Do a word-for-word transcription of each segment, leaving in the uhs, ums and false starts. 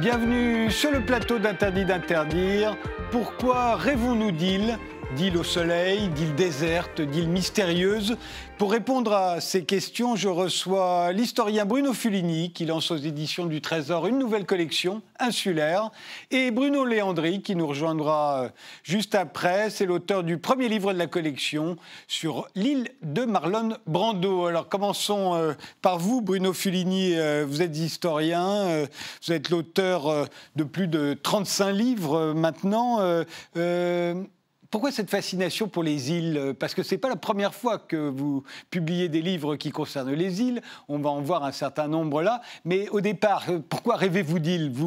Bienvenue sur le plateau d'Interdit d'interdire. Pourquoi rêvons-nous d'îles ? D'îles au soleil, d'îles désertes, d'îles mystérieuses. Pour répondre à ces questions, je reçois l'historien Bruno Fulini, qui lance aux éditions du Trésor une nouvelle collection, Insulaire, et Bruno Léandri, qui nous rejoindra juste après. C'est l'auteur du premier livre de la collection sur l'île de Marlon Brando. Alors commençons par vous, Bruno Fulini. Vous êtes historien, vous êtes l'auteur de plus de trente-cinq livres maintenant. Euh, Pourquoi cette fascination pour les îles ? Parce que ce n'est pas la première fois que vous publiez des livres qui concernent les îles. On va en voir un certain nombre là. Mais au départ, pourquoi rêvez-vous d'îles, vous ?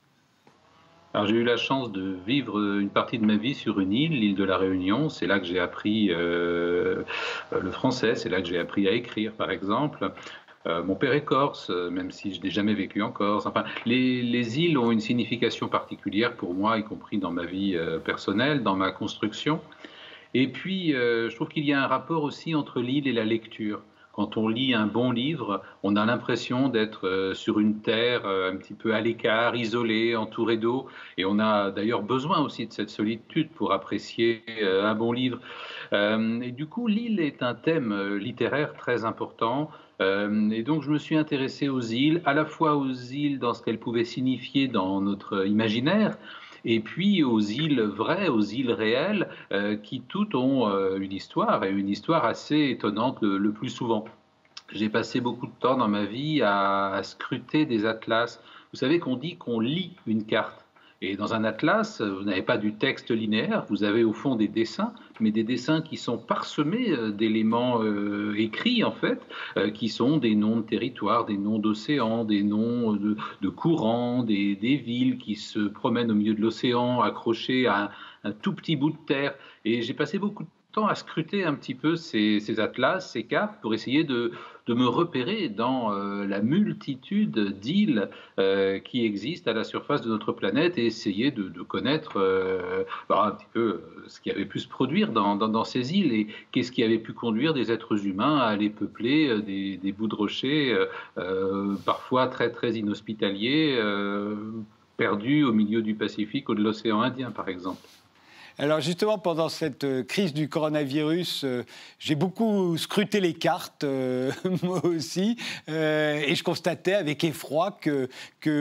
Alors, j'ai eu la chance de vivre une partie de ma vie sur une île, l'île de la Réunion. C'est là que j'ai appris euh, le français, c'est là que j'ai appris à écrire, par exemple. Euh, mon père est corse, même si je n'ai jamais vécu en Corse. Enfin, les, les îles ont une signification particulière pour moi, y compris dans ma vie euh, personnelle, dans ma construction. Et puis, euh, je trouve qu'il y a un rapport aussi entre l'île et la lecture. Quand on lit un bon livre, on a l'impression d'être euh, sur une terre euh, un petit peu à l'écart, isolée, entourée d'eau. Et on a d'ailleurs besoin aussi de cette solitude pour apprécier euh, un bon livre. Euh, et du coup, l'île est un thème euh, littéraire très important. Euh, et donc, je me suis intéressé aux îles, à la fois aux îles dans ce qu'elles pouvaient signifier dans notre imaginaire, et puis aux îles vraies, aux îles réelles, euh, qui toutes ont euh, une histoire, et une histoire assez étonnante le, le plus souvent. J'ai passé beaucoup de temps dans ma vie à, à scruter des atlas. Vous savez qu'on dit qu'on lit une carte. Et dans un atlas, vous n'avez pas du texte linéaire, vous avez au fond des dessins, mais des dessins qui sont parsemés d'éléments euh, écrits, en fait, euh, qui sont des noms de territoires, des noms d'océans, des noms de, de courants, des, des villes qui se promènent au milieu de l'océan, accrochées à un, un tout petit bout de terre. Et j'ai passé beaucoup de temps à scruter un petit peu ces, ces atlas, ces cartes, pour essayer de, de me repérer dans euh, la multitude d'îles euh, qui existent à la surface de notre planète et essayer de, de connaître euh, bah, un petit peu ce qui avait pu se produire dans, dans, dans ces îles et qu'est-ce qui avait pu conduire des êtres humains à les peupler, des, des bouts de rochers euh, parfois très très inhospitaliers, euh, perdus au milieu du Pacifique ou de l'océan Indien, par exemple. Alors justement, pendant cette crise du coronavirus, euh, j'ai beaucoup scruté les cartes, euh, moi aussi, euh, et je constatais avec effroi que,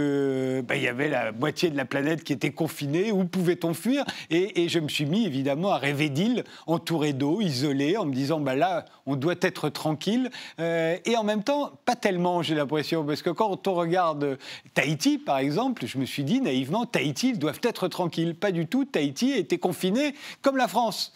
que bah, y avait la moitié de la planète qui était confinée. Où pouvait-on fuir ? et, et je me suis mis évidemment à rêver d'îles entourées d'eau, isolées, en me disant bah, là, on doit être tranquille. Euh, et en même temps, pas tellement, j'ai l'impression, parce que quand on regarde Tahiti, par exemple, je me suis dit naïvement, Tahiti, ils doivent être tranquilles. Pas du tout, Tahiti était confiné comme la France.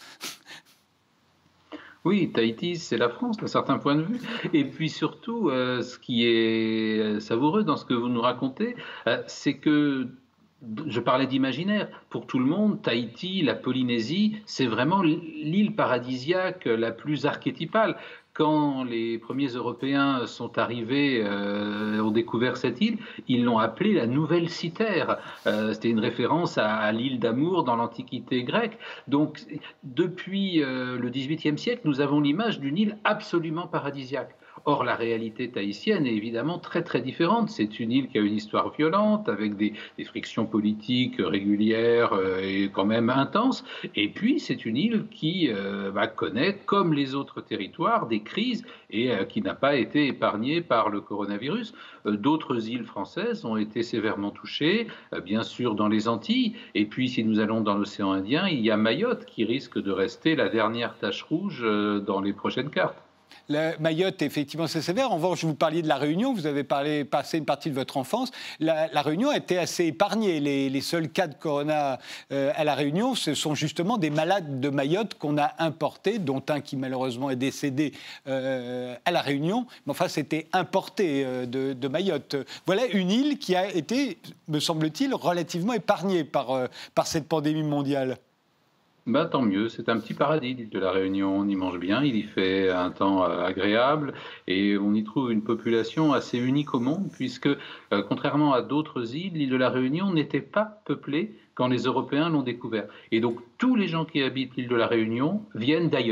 Oui, Tahiti, c'est la France d'un certain point de vue. Et puis surtout, euh, ce qui est savoureux dans ce que vous nous racontez, euh, c'est que, je parlais d'imaginaire, pour tout le monde, Tahiti, la Polynésie, c'est vraiment l'île paradisiaque la plus archétypale. Quand les premiers Européens sont arrivés, euh, ont découvert cette île, ils l'ont appelée la Nouvelle Cythère. Euh, C'était une référence à, à l'île d'Amour dans l'Antiquité grecque. Donc, depuis euh, le dix-huitième siècle, nous avons l'image d'une île absolument paradisiaque. Or, la réalité tahitienne est évidemment très très différente. C'est une île qui a une histoire violente, avec des, des frictions politiques régulières euh, et quand même intenses. Et puis, c'est une île qui euh, bah, connaît, comme les autres territoires, des crises et euh, qui n'a pas été épargnée par le coronavirus. Euh, D'autres îles françaises ont été sévèrement touchées, euh, bien sûr dans les Antilles. Et puis, si nous allons dans l'océan Indien, il y a Mayotte qui risque de rester la dernière tache rouge euh, dans les prochaines cartes. La Mayotte, effectivement, c'est sévère. En revanche, vous parliez de la Réunion, vous avez parlé, passé une partie de votre enfance. La, la Réunion a été assez épargnée. Les, les seuls cas de corona euh, à la Réunion, ce sont justement des malades de Mayotte qu'on a importés, dont un qui malheureusement est décédé euh, à la Réunion. Mais enfin, c'était importé euh, de, de Mayotte. Voilà une île qui a été, me semble-t-il, relativement épargnée par, euh, par cette pandémie mondiale. Bah, tant mieux, c'est un petit paradis, l'île de la Réunion. On y mange bien, il y fait un temps euh, agréable et on y trouve une population assez unique au monde puisque, euh, contrairement à d'autres îles, l'île de la Réunion n'était pas peuplée quand les Européens l'ont découvert. Et donc, tous les gens qui habitent l'île de la Réunion viennent d'ailleurs.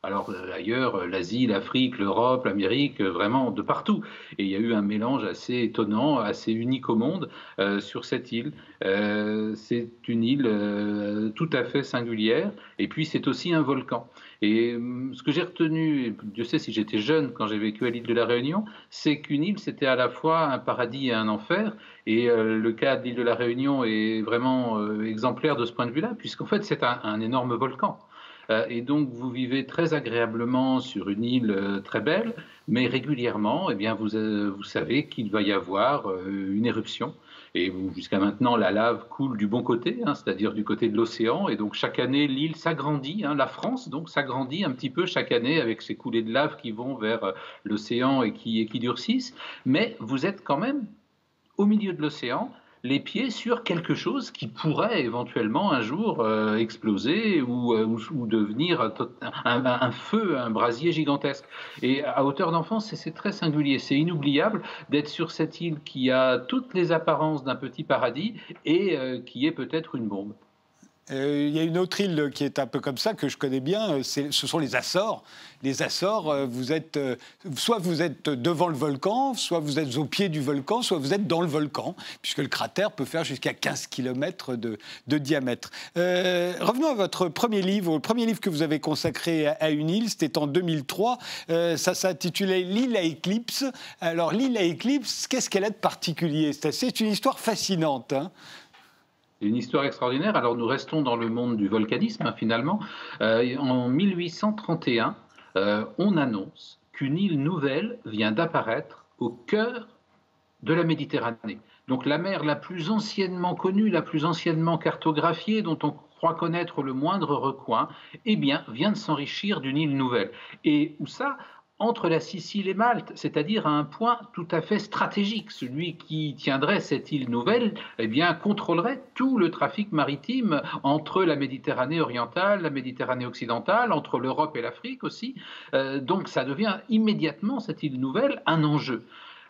Alors euh, ailleurs, euh, l'Asie, l'Afrique, l'Europe, l'Amérique, euh, vraiment de partout. Et il y a eu un mélange assez étonnant, assez unique au monde euh, sur cette île. Euh, c'est une île euh, tout à fait singulière. Et puis c'est aussi un volcan. Et euh, ce que j'ai retenu, et Dieu sait si j'étais jeune quand j'ai vécu à l'île de la Réunion, c'est qu'une île, c'était à la fois un paradis et un enfer. Et euh, le cas de l'île de la Réunion est vraiment euh, exemplaire de ce point de vue-là, puisqu'en fait c'est un, un énorme volcan. Euh, et donc vous vivez très agréablement sur une île euh, très belle, mais régulièrement, eh bien, vous, euh, vous savez qu'il va y avoir euh, une éruption. Et jusqu'à maintenant, la lave coule du bon côté, hein, c'est-à-dire du côté de l'océan. Et donc chaque année, l'île s'agrandit, hein, la France donc s'agrandit un petit peu chaque année avec ces coulées de lave qui vont vers euh, l'océan et qui, et qui durcissent. Mais vous êtes quand même au milieu de l'océan, les pieds sur quelque chose qui pourrait éventuellement un jour euh, exploser ou, euh, ou, ou devenir un, un, un feu, un brasier gigantesque. Et à hauteur d'enfant, c'est très singulier, c'est inoubliable d'être sur cette île qui a toutes les apparences d'un petit paradis et euh, qui est peut-être une bombe. Euh, il y a une autre île qui est un peu comme ça, que je connais bien, ce sont les Açores. Les Açores, vous êtes, euh, soit vous êtes devant le volcan, soit vous êtes au pied du volcan, soit vous êtes dans le volcan, puisque le cratère peut faire jusqu'à quinze kilomètres de, de diamètre. Euh, revenons à votre premier livre. Le premier livre que vous avez consacré à, à une île, c'était en deux mille trois. Euh, ça s'intitulait « L'île à éclipse ». Alors, l'île à éclipse, qu'est-ce qu'elle a de particulier? C'est une histoire fascinante, hein. C'est une histoire extraordinaire. Alors nous restons dans le monde du volcanisme, hein, finalement. Euh, en mille huit cent trente et un, euh, on annonce qu'une île nouvelle vient d'apparaître au cœur de la Méditerranée. Donc la mer la plus anciennement connue, la plus anciennement cartographiée, dont on croit connaître le moindre recoin, eh bien, vient de s'enrichir d'une île nouvelle. Et où ça? Entre la Sicile et Malte, c'est-à-dire à un point tout à fait stratégique. Celui qui tiendrait cette île nouvelle, eh bien, contrôlerait tout le trafic maritime entre la Méditerranée orientale, la Méditerranée occidentale, entre l'Europe et l'Afrique aussi. Euh, donc ça devient immédiatement, cette île nouvelle, un enjeu.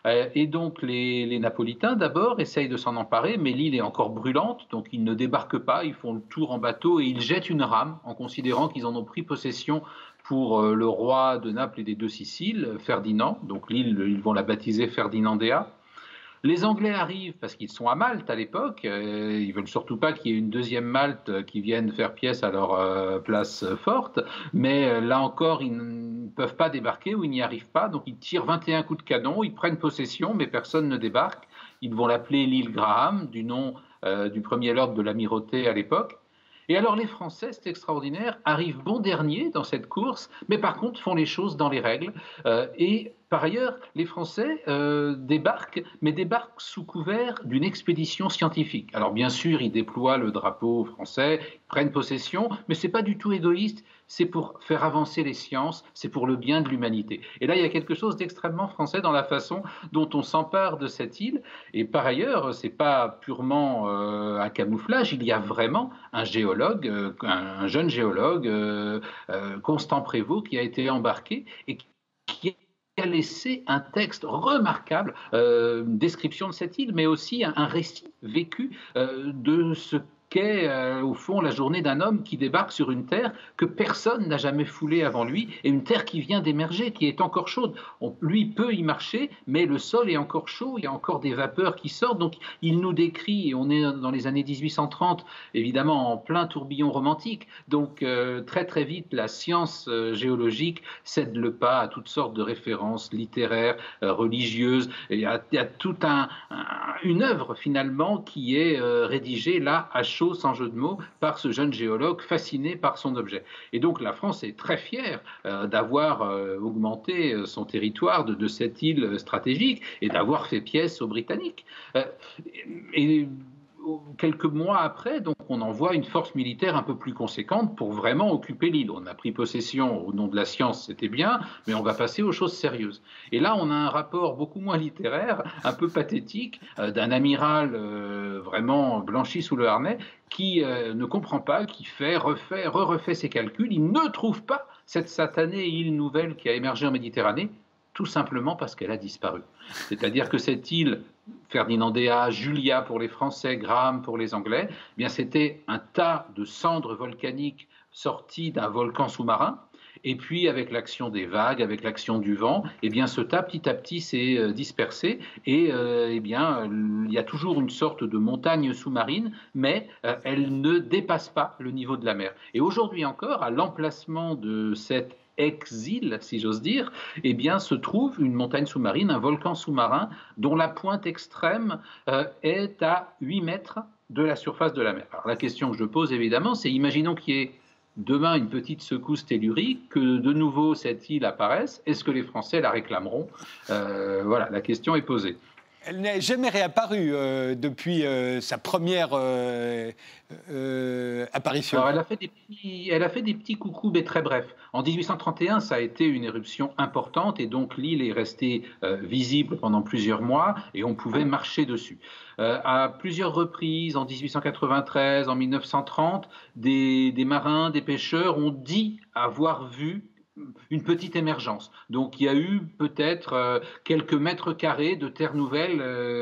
Et donc les, les Napolitains d'abord essayent de s'en emparer, mais l'île est encore brûlante, donc ils ne débarquent pas, ils font le tour en bateau et ils jettent une rame en considérant qu'ils en ont pris possession pour le roi de Naples et des deux Siciles, Ferdinand. Donc l'île, ils vont la baptiser Ferdinandea. Les Anglais arrivent parce qu'ils sont à Malte à l'époque. Euh, ils ne veulent surtout pas qu'il y ait une deuxième Malte qui vienne faire pièce à leur euh, place forte. Mais euh, là encore, ils ne peuvent pas débarquer ou ils n'y arrivent pas. Donc ils tirent vingt et un coups de canon, ils prennent possession, mais personne ne débarque. Ils vont l'appeler l'île Graham, du nom euh, du premier lord de l'amirauté à l'époque. Et alors les Français, c'est extraordinaire, arrivent bon dernier dans cette course, mais par contre font les choses dans les règles. Euh, et par ailleurs, les Français euh, débarquent, mais débarquent sous couvert d'une expédition scientifique. Alors bien sûr, ils déploient le drapeau français, ils prennent possession, mais ce n'est pas du tout égoïste, c'est pour faire avancer les sciences, c'est pour le bien de l'humanité. Et là, il y a quelque chose d'extrêmement français dans la façon dont on s'empare de cette île. Et par ailleurs, ce n'est pas purement euh, un camouflage, il y a vraiment un géologue, euh, un, un jeune géologue, euh, euh, Constant Prévost, qui a été embarqué et qui a laissé un texte remarquable, euh, une description de cette île, mais aussi un, un récit vécu euh, de ce qu'est euh, au fond la journée d'un homme qui débarque sur une terre que personne n'a jamais foulée avant lui, et une terre qui vient d'émerger, qui est encore chaude. On, lui peut y marcher, mais le sol est encore chaud, il y a encore des vapeurs qui sortent, donc il nous décrit, et on est dans les années mille huit cent trente, évidemment en plein tourbillon romantique, donc euh, très très vite la science euh, géologique cède le pas à toutes sortes de références littéraires, euh, religieuses, et il y a, il y a toute un, un, une œuvre finalement qui est euh, rédigée là à chaud, sans jeu de mots, par ce jeune géologue fasciné par son objet. Et donc la France est très fière euh, d'avoir euh, augmenté son territoire de, de cette île stratégique et d'avoir fait pièce aux Britanniques. Euh, et, quelques mois après, donc, on envoie une force militaire un peu plus conséquente pour vraiment occuper l'île. On a pris possession au nom de la science, c'était bien, mais on va passer aux choses sérieuses. Et là, on a un rapport beaucoup moins littéraire, un peu pathétique, euh, d'un amiral euh, vraiment blanchi sous le harnais, qui euh, ne comprend pas, qui fait, refait, re-refait ses calculs. Il ne trouve pas cette satanée île nouvelle qui a émergé en Méditerranée, tout simplement parce qu'elle a disparu. C'est-à-dire que cette île, Ferdinandea, Julia pour les Français, Graham pour les Anglais, eh bien c'était un tas de cendres volcaniques sorties d'un volcan sous-marin. Et puis, avec l'action des vagues, avec l'action du vent, eh bien, ce tas, petit à petit, s'est euh, dispersé. Et euh, eh bien, il y a toujours une sorte de montagne sous-marine, mais euh, elle ne dépasse pas le niveau de la mer. Et aujourd'hui encore, à l'emplacement de cette ex-île, si j'ose dire, eh bien, se trouve une montagne sous-marine, un volcan sous-marin, dont la pointe extrême euh, est à huit mètres de la surface de la mer. Alors, la question que je pose, évidemment, c'est imaginons qu'il y ait demain une petite secousse tellurique, que de nouveau cette île apparaisse, est-ce que les Français la réclameront? euh, Voilà, la question est posée. Elle n'est jamais réapparue euh, depuis euh, sa première euh, euh, apparition. Alors, elle a fait des petits, elle a fait des petits coucous, mais très brefs. En dix-huit cent trente et un, ça a été une éruption importante, et donc l'île est restée euh, visible pendant plusieurs mois, et on pouvait marcher dessus. Euh, à plusieurs reprises, en dix-huit cent quatre-vingt-treize, en mille neuf cent trente, des, des marins, des pêcheurs ont dit avoir vu une petite émergence. Donc il y a eu peut-être euh, quelques mètres carrés de terre nouvelle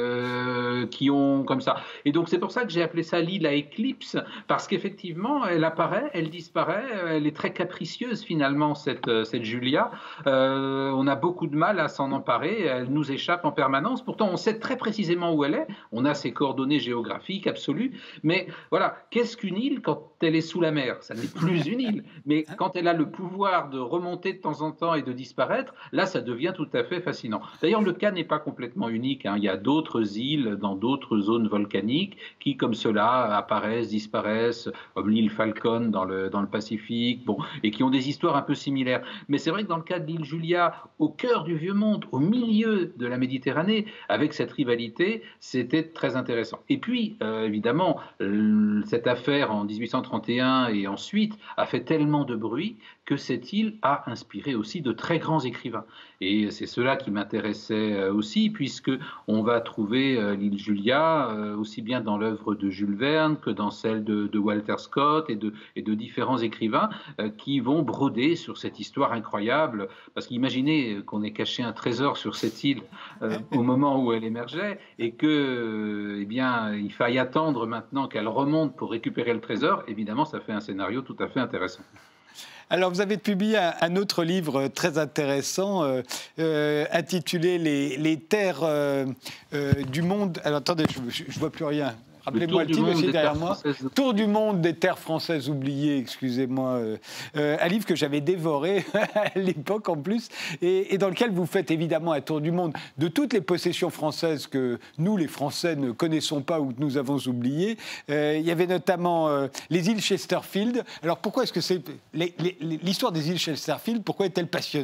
euh, qui ont comme ça. Et donc c'est pour ça que j'ai appelé ça l'île à éclipse, parce qu'effectivement elle apparaît, elle disparaît, elle est très capricieuse finalement cette, cette Julia. Euh, on a beaucoup de mal à s'en emparer, elle nous échappe en permanence. Pourtant on sait très précisément où elle est, on a ses coordonnées géographiques absolues, mais voilà, qu'est-ce qu'une île quand elle est sous la mer? Ça n'est plus une île, mais quand elle a le pouvoir de remonter monter de temps en temps et de disparaître, là, ça devient tout à fait fascinant. D'ailleurs, le cas n'est pas complètement unique, hein. Il y a d'autres îles dans d'autres zones volcaniques qui, comme cela, apparaissent, disparaissent, comme l'île Falcon dans le, dans le Pacifique, bon, et qui ont des histoires un peu similaires. Mais c'est vrai que dans le cas de l'île Julia, au cœur du vieux monde, au milieu de la Méditerranée, avec cette rivalité, c'était très intéressant. Et puis, euh, évidemment, euh, cette affaire en dix-huit cent trente et un et ensuite a fait tellement de bruit que cette île a inspiré aussi de très grands écrivains. Et c'est cela qui m'intéressait aussi, puisque on va trouver l'île Julia aussi bien dans l'œuvre de Jules Verne que dans celle de, de Walter Scott et de, et de différents écrivains qui vont broder sur cette histoire incroyable. Parce qu'imaginez qu'on ait caché un trésor sur cette île euh, au moment où elle émergeait et que, eh bien, il faille attendre maintenant qu'elle remonte pour récupérer le trésor. Évidemment, ça fait un scénario tout à fait intéressant. Alors, vous avez publié un, un autre livre très intéressant euh, euh, intitulé Les, les terres euh, euh, du monde. Alors, attendez, je ne vois plus rien. Rappelez-moi le, le titre aussi derrière moi. Françaises. Tour du monde des terres françaises oubliées, excusez-moi. Euh, euh, un livre que j'avais dévoré à l'époque en plus, et, et dans lequel vous faites évidemment un tour du monde de toutes les possessions françaises que nous, les Français, ne connaissons pas ou que nous avons oubliées. Euh, il y avait notamment euh, les îles Chesterfield. Alors pourquoi est-ce que c'est... Les, les, l'histoire des îles Chesterfield, pourquoi est-elle passionnante ?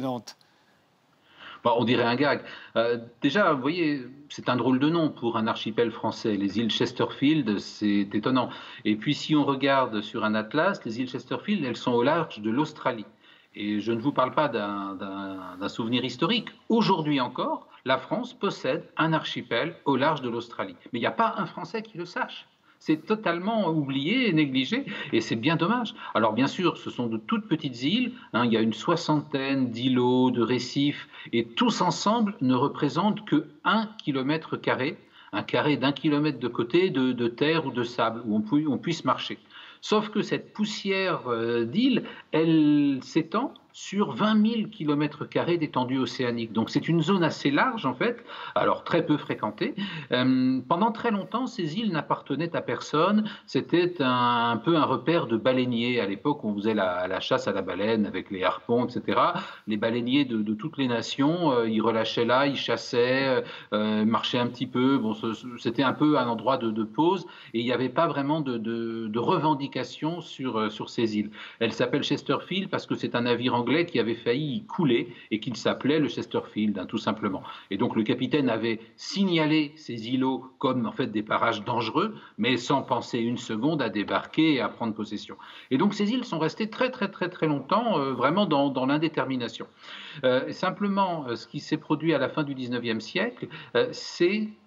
Bon, on dirait un gag. Euh, déjà, vous voyez, c'est un drôle de nom pour un archipel français. Les îles Chesterfield, c'est étonnant. Et puis, si on regarde sur un atlas, les îles Chesterfield, elles sont au large de l'Australie. Et je ne vous parle pas d'un, d'un, d'un souvenir historique. Aujourd'hui encore, la France possède un archipel au large de l'Australie. Mais il n'y a pas un Français qui le sache. C'est totalement oublié et négligé, et c'est bien dommage. Alors bien sûr, ce sont de toutes petites îles, hein, il y a une soixantaine d'îlots, de récifs, et tous ensemble ne représentent que un kilomètre carré, un carré d'un kilomètre de côté de, de terre ou de sable, où on, pu, on puisse marcher. Sauf que cette poussière euh, d'île, elle s'étend sur vingt mille kilomètres carrés d'étendue océanique. Donc c'est une zone assez large en fait, alors très peu fréquentée. Euh, pendant très longtemps, ces îles n'appartenaient à personne. C'était un, un peu un repère de baleiniers. À l'époque, on faisait la, la chasse à la baleine avec les harpons, et cetera. Les baleiniers de, de toutes les nations, euh, ils relâchaient là, ils chassaient, euh, marchaient un petit peu. Bon, c'était un peu un endroit de, de pause et il n'y avait pas vraiment de, de, de revendication sur, sur ces îles. Elle s'appelle Chesterfield parce que c'est un navire anglais qui avait failli y couler et qui s'appelait le Chesterfield, hein, tout simplement. Et donc le capitaine avait signalé ces îlots comme en fait des parages dangereux, mais sans penser une seconde à débarquer et à prendre possession. Et donc ces îles sont restées très très très très longtemps euh, vraiment dans, dans l'indétermination. Euh, simplement, euh, ce qui s'est produit à la fin du dix-neuvième siècle, euh, c'est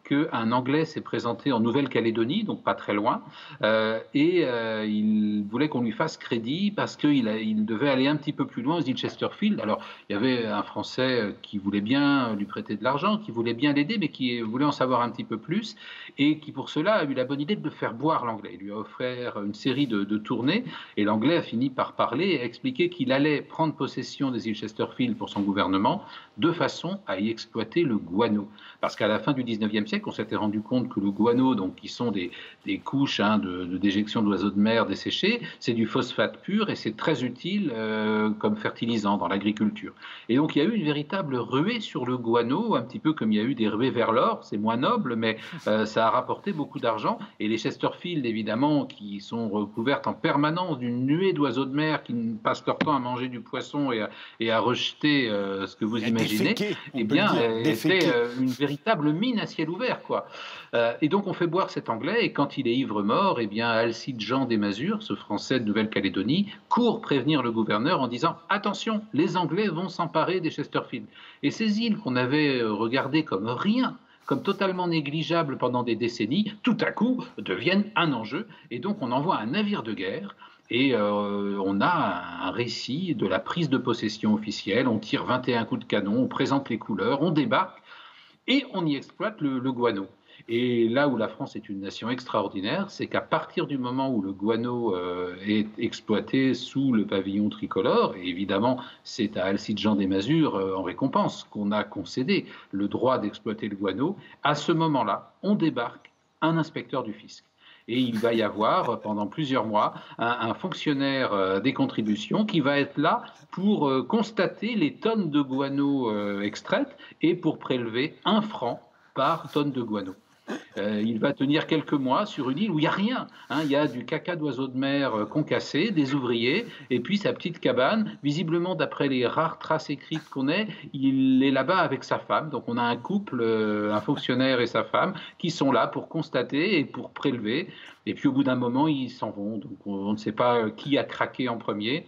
qu'un Anglais s'est présenté en Nouvelle-Calédonie, donc pas très loin, euh, et euh, il voulait qu'on lui fasse crédit parce qu'il il devait aller un petit peu plus loin aux îles Chesterfield. Alors, il y avait un Français qui voulait bien lui prêter de l'argent, qui voulait bien l'aider, mais qui voulait en savoir un petit peu plus, et qui pour cela a eu la bonne idée de le faire boire, l'Anglais. Il lui a offert une série de, de tournées, et l'Anglais a fini par parler et expliquer qu'il allait prendre possession des îles Chesterfield pour son gouvernement, de façon à y exploiter le guano. Parce qu'à la fin du dix-neuvième siècle, on s'était rendu compte que le guano, donc, qui sont des, des couches hein, de, de déjection d'oiseaux de mer desséchés, c'est du phosphate pur et c'est très utile euh, comme fertilisant dans l'agriculture. Et donc il y a eu une véritable ruée sur le guano, un petit peu comme il y a eu des ruées vers l'or, c'est moins noble, mais euh, ça a rapporté beaucoup d'argent. Et les Chesterfield, évidemment, qui sont recouvertes en permanence d'une nuée d'oiseaux de mer qui passent leur temps à manger du poisson et à, et à rejeter euh, ce que vous imaginez, déféqué, eh bien, était euh, une véritable mine à ciel ouvert, quoi. Euh, et donc, on fait boire cet Anglais, et quand il est ivre-mort, eh bien, Alcide Jean des Masures, ce Français de Nouvelle-Calédonie, court prévenir le gouverneur en disant « Attention, les Anglais vont s'emparer des Chesterfield ». Et ces îles qu'on avait regardées comme rien, comme totalement négligeables pendant des décennies, tout à coup deviennent un enjeu. Et donc, on envoie un navire de guerre. Et euh, on a un récit de la prise de possession officielle, on tire vingt et un coups de canon, on présente les couleurs, on débarque et on y exploite le, le guano. Et là où la France est une nation extraordinaire, c'est qu'à partir du moment où le guano euh, est exploité sous le pavillon tricolore, et évidemment c'est à Alcide Jean des Masures euh, en récompense qu'on a concédé le droit d'exploiter le guano, à ce moment-là, on débarque un inspecteur du fisc. Et il va y avoir pendant plusieurs mois un, un fonctionnaire des contributions qui va être là pour euh, constater les tonnes de guano euh, extraites et pour prélever un franc par tonne de guano. Euh, il va tenir quelques mois sur une île où il n'y a rien. Hein. Il y a du caca d'oiseaux de mer euh, concassé, des ouvriers, et puis sa petite cabane. Visiblement, d'après les rares traces écrites qu'on ait, il est là-bas avec sa femme. Donc on a un couple, euh, un fonctionnaire et sa femme, qui sont là pour constater et pour prélever. Et puis au bout d'un moment, ils s'en vont. Donc on, on ne sait pas qui a craqué en premier.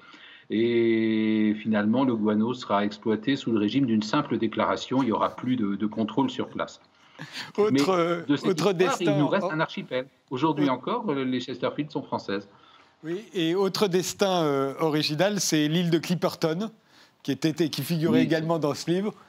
Et finalement, le guano sera exploité sous le régime d'une simple déclaration. Il n'y aura plus de, de contrôle sur place. Autre, Mais de cette autre histoire, destin. Il nous reste un archipel. Aujourd'hui oui. encore, les Chesterfield sont françaises. Oui, et autre destin euh, original, c'est l'île de Clipperton, qui, était, qui figurait oui. également dans ce livre.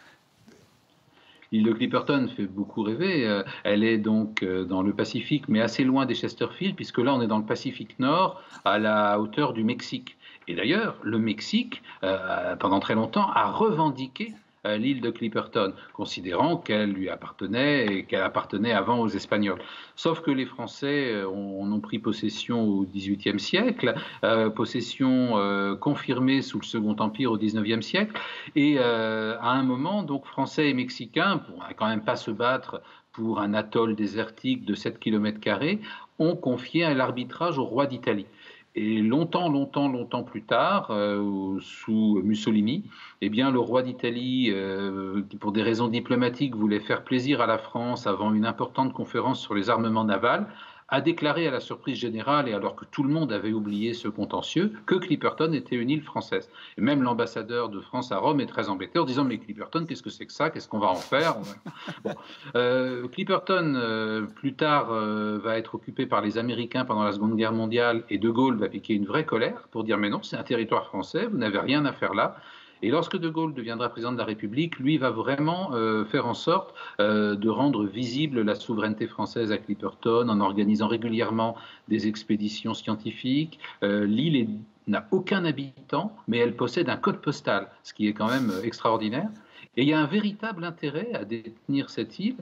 L'île de Clipperton fait beaucoup rêver. Elle est donc dans le Pacifique, mais assez loin des Chesterfield, puisque là, on est dans le Pacifique Nord, à la hauteur du Mexique. Et d'ailleurs, le Mexique, euh, pendant très longtemps, a revendiqué l'île de Clipperton, considérant qu'elle lui appartenait et qu'elle appartenait avant aux Espagnols. Sauf que les Français en ont pris possession au dix-huitième siècle, euh, possession euh, confirmée sous le Second Empire au dix-neuvième siècle, et euh, à un moment, donc Français et Mexicains, pour quand même pas se battre pour un atoll désertique de sept kilomètres carrés, ont confié à l'arbitrage au roi d'Italie. Et longtemps, longtemps, longtemps plus tard, euh, sous Mussolini, eh bien, le roi d'Italie, euh, qui pour des raisons diplomatiques voulait faire plaisir à la France avant une importante conférence sur les armements navals, a déclaré à la surprise générale, et alors que tout le monde avait oublié ce contentieux, que Clipperton était une île française. Et même l'ambassadeur de France à Rome est très embêté en disant « Mais Clipperton, qu'est-ce que c'est que ça? Qu'est-ce qu'on va en faire ?» bon. euh, Clipperton, euh, plus tard, euh, va être occupé par les Américains pendant la Seconde Guerre mondiale, et De Gaulle va piquer une vraie colère pour dire « Mais non, c'est un territoire français, vous n'avez rien à faire là ». Et lorsque De Gaulle deviendra président de la République, lui va vraiment euh, faire en sorte euh, de rendre visible la souveraineté française à Clipperton en organisant régulièrement des expéditions scientifiques. Euh, l'île n'a aucun habitant, mais elle possède un code postal, ce qui est quand même extraordinaire. Et il y a un véritable intérêt à détenir cette île.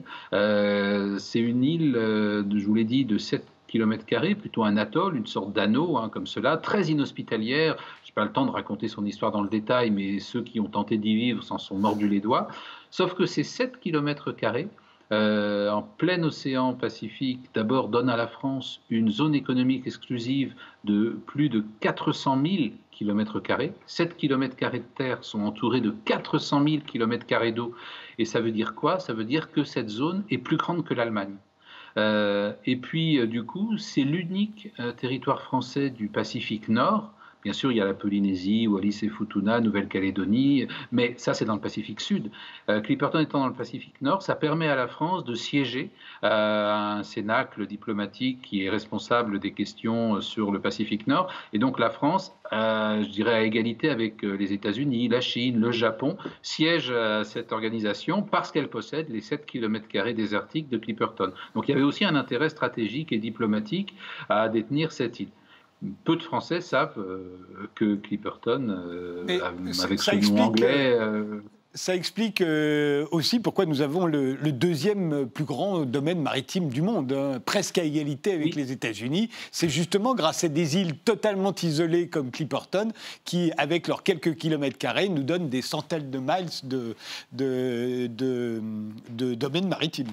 Euh, c'est une île, euh, je vous l'ai dit, de sept kilomètres carrés, plutôt un atoll, une sorte d'anneau, hein, comme cela, très inhospitalière. Je n'ai pas le temps de raconter son histoire dans le détail, mais ceux qui ont tenté d'y vivre s'en sont mordus les doigts. Sauf que ces sept kilomètres carrés, euh, en plein océan Pacifique, d'abord donnent à la France une zone économique exclusive de plus de quatre cent mille kilomètres carrés. sept kilomètres carrés de terre sont entourés de quatre cent mille kilomètres carrés d'eau. Et ça veut dire quoi? Ça veut dire que cette zone est plus grande que l'Allemagne. Euh, et puis, euh, du coup, c'est l'unique euh, territoire français du Pacifique Nord, Bien sûr, il y a la Polynésie, Wallis et Futuna, Nouvelle-Calédonie, mais ça, c'est dans le Pacifique Sud. Euh, Clipperton étant dans le Pacifique Nord, ça permet à la France de siéger euh, à un cénacle diplomatique qui est responsable des questions sur le Pacifique Nord. Et donc, la France, euh, je dirais à égalité avec les États-Unis, la Chine, le Japon, siège à cette organisation parce qu'elle possède les sept kilomètres carrés désertiques de Clipperton. Donc, il y avait aussi un intérêt stratégique et diplomatique à détenir cette île. Peu de Français savent euh, que Clipperton, euh, avec ce nom anglais... Euh, ça explique euh, aussi pourquoi nous avons le, le deuxième plus grand domaine maritime du monde, hein, presque à égalité avec oui. les États-Unis. C'est justement grâce à des îles totalement isolées comme Clipperton qui, avec leurs quelques kilomètres carrés, nous donnent des centaines de miles de, de, de, de domaines maritimes.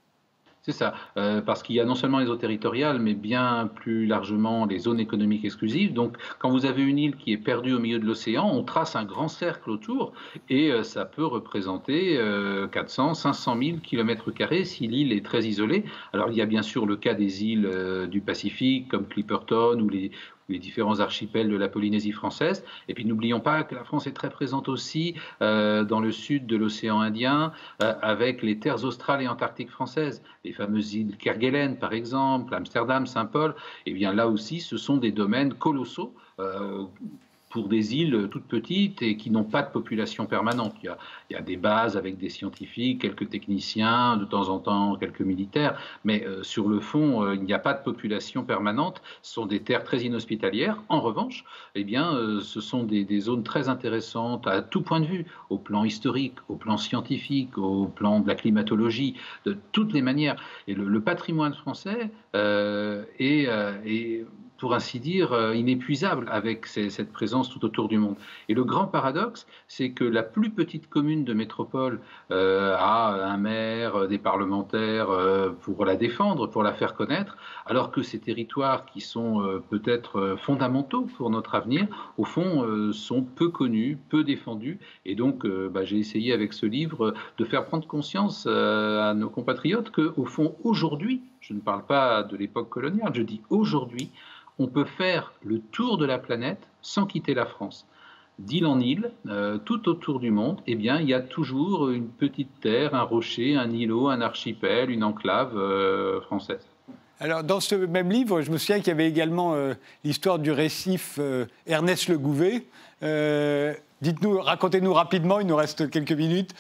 C'est ça, euh, parce qu'il y a non seulement les eaux territoriales, mais bien plus largement les zones économiques exclusives. Donc, quand vous avez une île qui est perdue au milieu de l'océan, on trace un grand cercle autour et euh, ça peut représenter euh, quatre cents, cinq cent mille kilomètres carrés si l'île est très isolée. Alors, il y a bien sûr le cas des îles euh, du Pacifique, comme Clipperton ou les les différents archipels de la Polynésie française. Et puis n'oublions pas que la France est très présente aussi euh, dans le sud de l'océan Indien, euh, avec les terres australes et antarctiques françaises, les fameuses îles Kerguelen par exemple, Amsterdam, Saint-Paul. Et bien là aussi, ce sont des domaines colossaux euh, pour des îles toutes petites et qui n'ont pas de population permanente. Il y, a, il y a des bases avec des scientifiques, quelques techniciens, de temps en temps quelques militaires, mais euh, sur le fond, euh, il n'y a pas de population permanente. Ce sont des terres très inhospitalières. En revanche, eh bien, euh, ce sont des, des zones très intéressantes à tout point de vue, au plan historique, au plan scientifique, au plan de la climatologie, de toutes les manières. Et le, le patrimoine français euh, est... Euh, est pour ainsi dire, inépuisable avec ces, cette présence tout autour du monde. Et le grand paradoxe, c'est que la plus petite commune de métropole euh, a un maire, des parlementaires euh, pour la défendre, pour la faire connaître, alors que ces territoires qui sont euh, peut-être fondamentaux pour notre avenir, au fond, euh, sont peu connus, peu défendus. Et donc, euh, bah, j'ai essayé avec ce livre de faire prendre conscience euh, à nos compatriotes qu'au fond, aujourd'hui, je ne parle pas de l'époque coloniale, je dis aujourd'hui, on peut faire le tour de la planète sans quitter la France. D'île en île, euh, tout autour du monde, eh bien, il y a toujours une petite terre, un rocher, un îlot, un archipel, une enclave euh, française. Alors, dans ce même livre, je me souviens qu'il y avait également euh, l'histoire du récif euh, Ernest Le Gouvet. Euh, dites-nous, racontez-nous rapidement, il nous reste quelques minutes.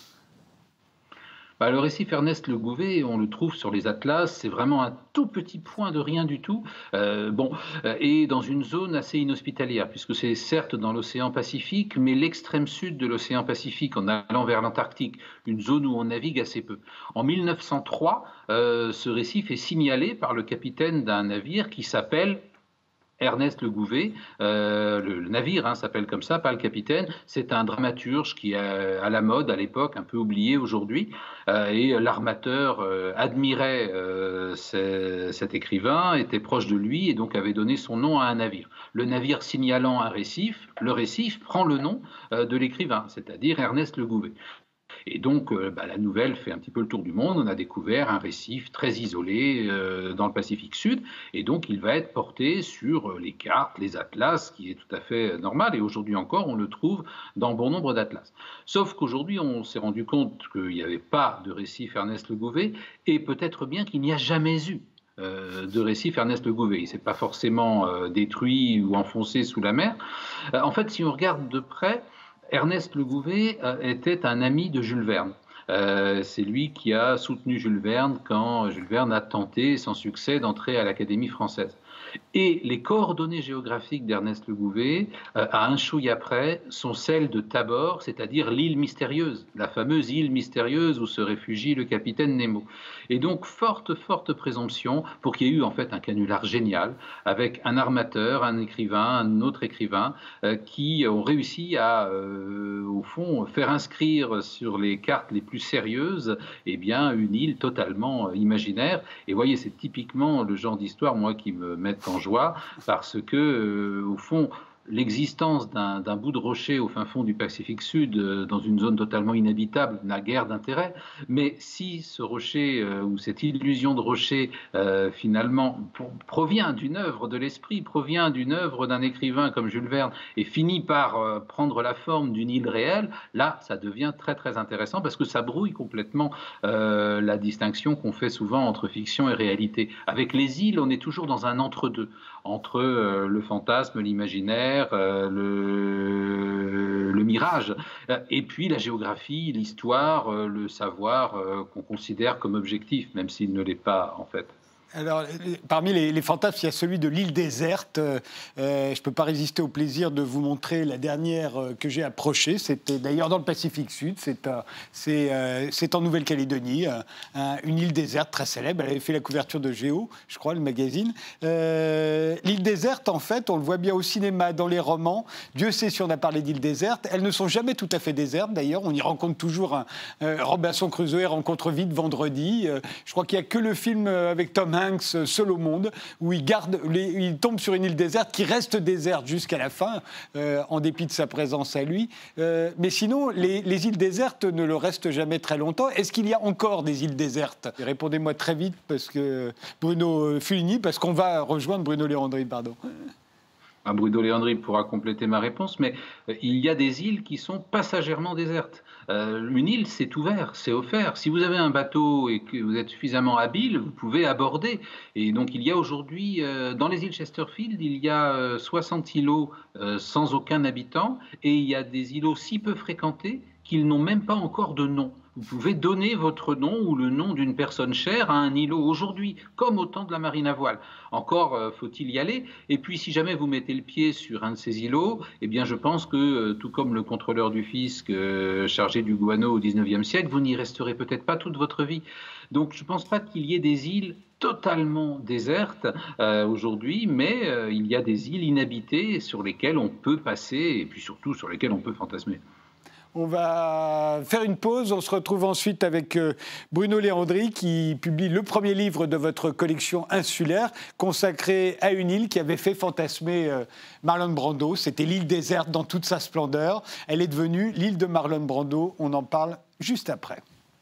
Bah, le récif Ernest Le Gouvet, on le trouve sur les atlas, c'est vraiment un tout petit point de rien du tout, euh, bon, euh, et dans une zone assez inhospitalière, puisque c'est certes dans l'océan Pacifique, mais l'extrême sud de l'océan Pacifique, en allant vers l'Antarctique, une zone où on navigue assez peu. En mille neuf cent trois, euh, ce récif est signalé par le capitaine d'un navire qui s'appelle Ernest Le Gouvet, euh, le, le navire hein, s'appelle comme ça, pas le capitaine. C'est un dramaturge qui est à la mode à l'époque, un peu oublié aujourd'hui. Euh, et l'armateur euh, admirait euh, cet écrivain, était proche de lui et donc avait donné son nom à un navire. Le navire signalant un récif, le récif prend le nom euh, de l'écrivain, c'est-à-dire Ernest Le Gouvet. Et donc, euh, bah, la nouvelle fait un petit peu le tour du monde. On a découvert un récif très isolé euh, dans le Pacifique Sud. Et donc, il va être porté sur les cartes, les atlas, ce qui est tout à fait normal. Et aujourd'hui encore, on le trouve dans bon nombre d'atlas. Sauf qu'aujourd'hui, on s'est rendu compte qu'il n'y avait pas de récif Ernest Le Gouvet et peut-être bien qu'il n'y a jamais eu euh, de récif Ernest Le Gouvet. Il ne s'est pas forcément euh, détruit ou enfoncé sous la mer. Euh, en fait, si on regarde de près, Ernest Le Gouvet était un ami de Jules Verne. Euh, c'est lui qui a soutenu Jules Verne quand Jules Verne a tenté, sans succès, d'entrer à l'Académie française. Et les coordonnées géographiques d'Ernest Le Gouvet, euh, à un chouïa près, sont celles de Tabor, c'est-à-dire l'île mystérieuse, la fameuse île mystérieuse où se réfugie le capitaine Nemo. Et donc, forte, forte présomption pour qu'il y ait eu en fait un canular génial, avec un armateur, un écrivain, un autre écrivain, euh, qui ont réussi à, euh, au fond, faire inscrire sur les cartes les plus sérieuses, eh bien, une île totalement imaginaire. Et voyez, c'est typiquement le genre d'histoire, moi, qui me met en joie, parce que, euh, au fond, l'existence d'un d'un bout de rocher au fin fond du Pacifique Sud, euh, dans une zone totalement inhabitable, n'a guère d'intérêt. Mais si ce rocher euh, ou cette illusion de rocher euh, finalement provient d'une œuvre de l'esprit, provient d'une œuvre d'un écrivain comme Jules Verne et finit par euh, prendre la forme d'une île réelle, là ça devient très très intéressant parce que ça brouille complètement euh, la distinction qu'on fait souvent entre fiction et réalité. Avec les îles, on est toujours dans un entre-deux, entre euh, le fantasme, l'imaginaire, euh, le, le mirage, et puis la géographie, l'histoire, euh, le savoir euh, qu'on considère comme objectif, même s'il ne l'est pas en fait. Alors, parmi les, les fantasmes, il y a celui de l'île déserte. Euh, je ne peux pas résister au plaisir de vous montrer la dernière que j'ai approchée. C'était d'ailleurs dans le Pacifique Sud. C'est euh, euh, en Nouvelle-Calédonie, euh, une île déserte très célèbre. Elle avait fait la couverture de Géo, je crois, le magazine. Euh, l'île déserte, en fait, on le voit bien au cinéma, dans les romans. Dieu sait si on a parlé d'îles désertes. Elles ne sont jamais tout à fait désertes, d'ailleurs. On y rencontre toujours un... Euh, Robinson Crusoe rencontre vite vendredi. Euh, je crois qu'il n'y a que le film avec Tom Hanks, Seul au monde, où il, garde les, il tombe sur une île déserte qui reste déserte jusqu'à la fin, euh, en dépit de sa présence à lui. Euh, mais sinon, les, les îles désertes ne le restent jamais très longtemps. Est-ce qu'il y a encore des îles désertes? Répondez-moi très vite, parce que Bruno Fuligny, parce qu'on va rejoindre Bruno Léandri, pardon. Bruno Léandri pourra compléter ma réponse, mais il y a des îles qui sont passagèrement désertes. Euh, une île, c'est ouvert, c'est offert. Si vous avez un bateau et que vous êtes suffisamment habile, vous pouvez aborder. Et donc, il y a aujourd'hui, euh, dans les îles Chesterfield, il y a euh, soixante îlots euh, sans aucun habitant, et il y a des îlots si peu fréquentés qu'ils n'ont même pas encore de nom. Vous pouvez donner votre nom ou le nom d'une personne chère à un îlot aujourd'hui, comme au temps de la marine à voile. Encore euh, faut-il y aller. Et puis, si jamais vous mettez le pied sur un de ces îlots, eh bien, je pense que, euh, tout comme le contrôleur du fisc euh, chargé du guano au dix-neuvième siècle, vous n'y resterez peut-être pas toute votre vie. Donc, je ne pense pas qu'il y ait des îles totalement désertes euh, aujourd'hui, mais euh, il y a des îles inhabitées sur lesquelles on peut passer et puis surtout sur lesquelles on peut fantasmer. On va faire une pause. On se retrouve ensuite avec Bruno Léandri qui publie le premier livre de votre collection insulaire consacré à une île qui avait fait fantasmer Marlon Brando. C'était l'île déserte dans toute sa splendeur. Elle est devenue l'île de Marlon Brando. On en parle juste après.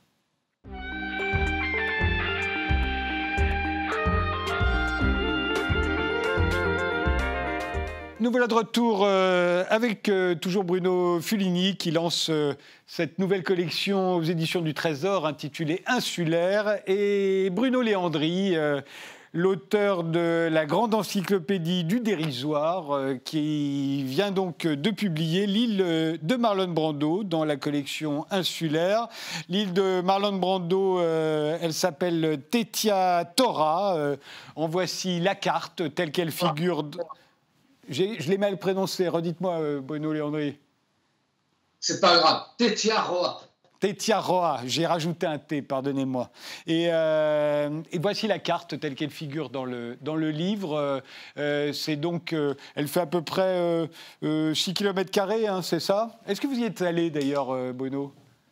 Nous voilà de retour euh, avec euh, toujours Bruno Fuligny qui lance euh, cette nouvelle collection aux éditions du Trésor intitulée Insulaire, et Bruno Léandri, euh, l'auteur de la grande encyclopédie du dérisoire, euh, qui vient donc de publier l'île de Marlon Brando dans la collection Insulaire. L'île de Marlon Brando, euh, elle s'appelle Tetia Tora. Euh, en voici la carte telle qu'elle figure... D- Je l'ai mal prononcé, redites-moi, euh, Bruno Léandri. C'est pas grave, Tetiaroa. Tetiaroa, j'ai rajouté un T, pardonnez-moi. Et, euh, et voici la carte telle qu'elle figure dans le, dans le livre. Euh, c'est donc, euh, elle fait à peu près euh, euh, six kilomètres carrés, hein, c'est ça? Est-ce que vous y êtes allé d'ailleurs, euh, Bruno?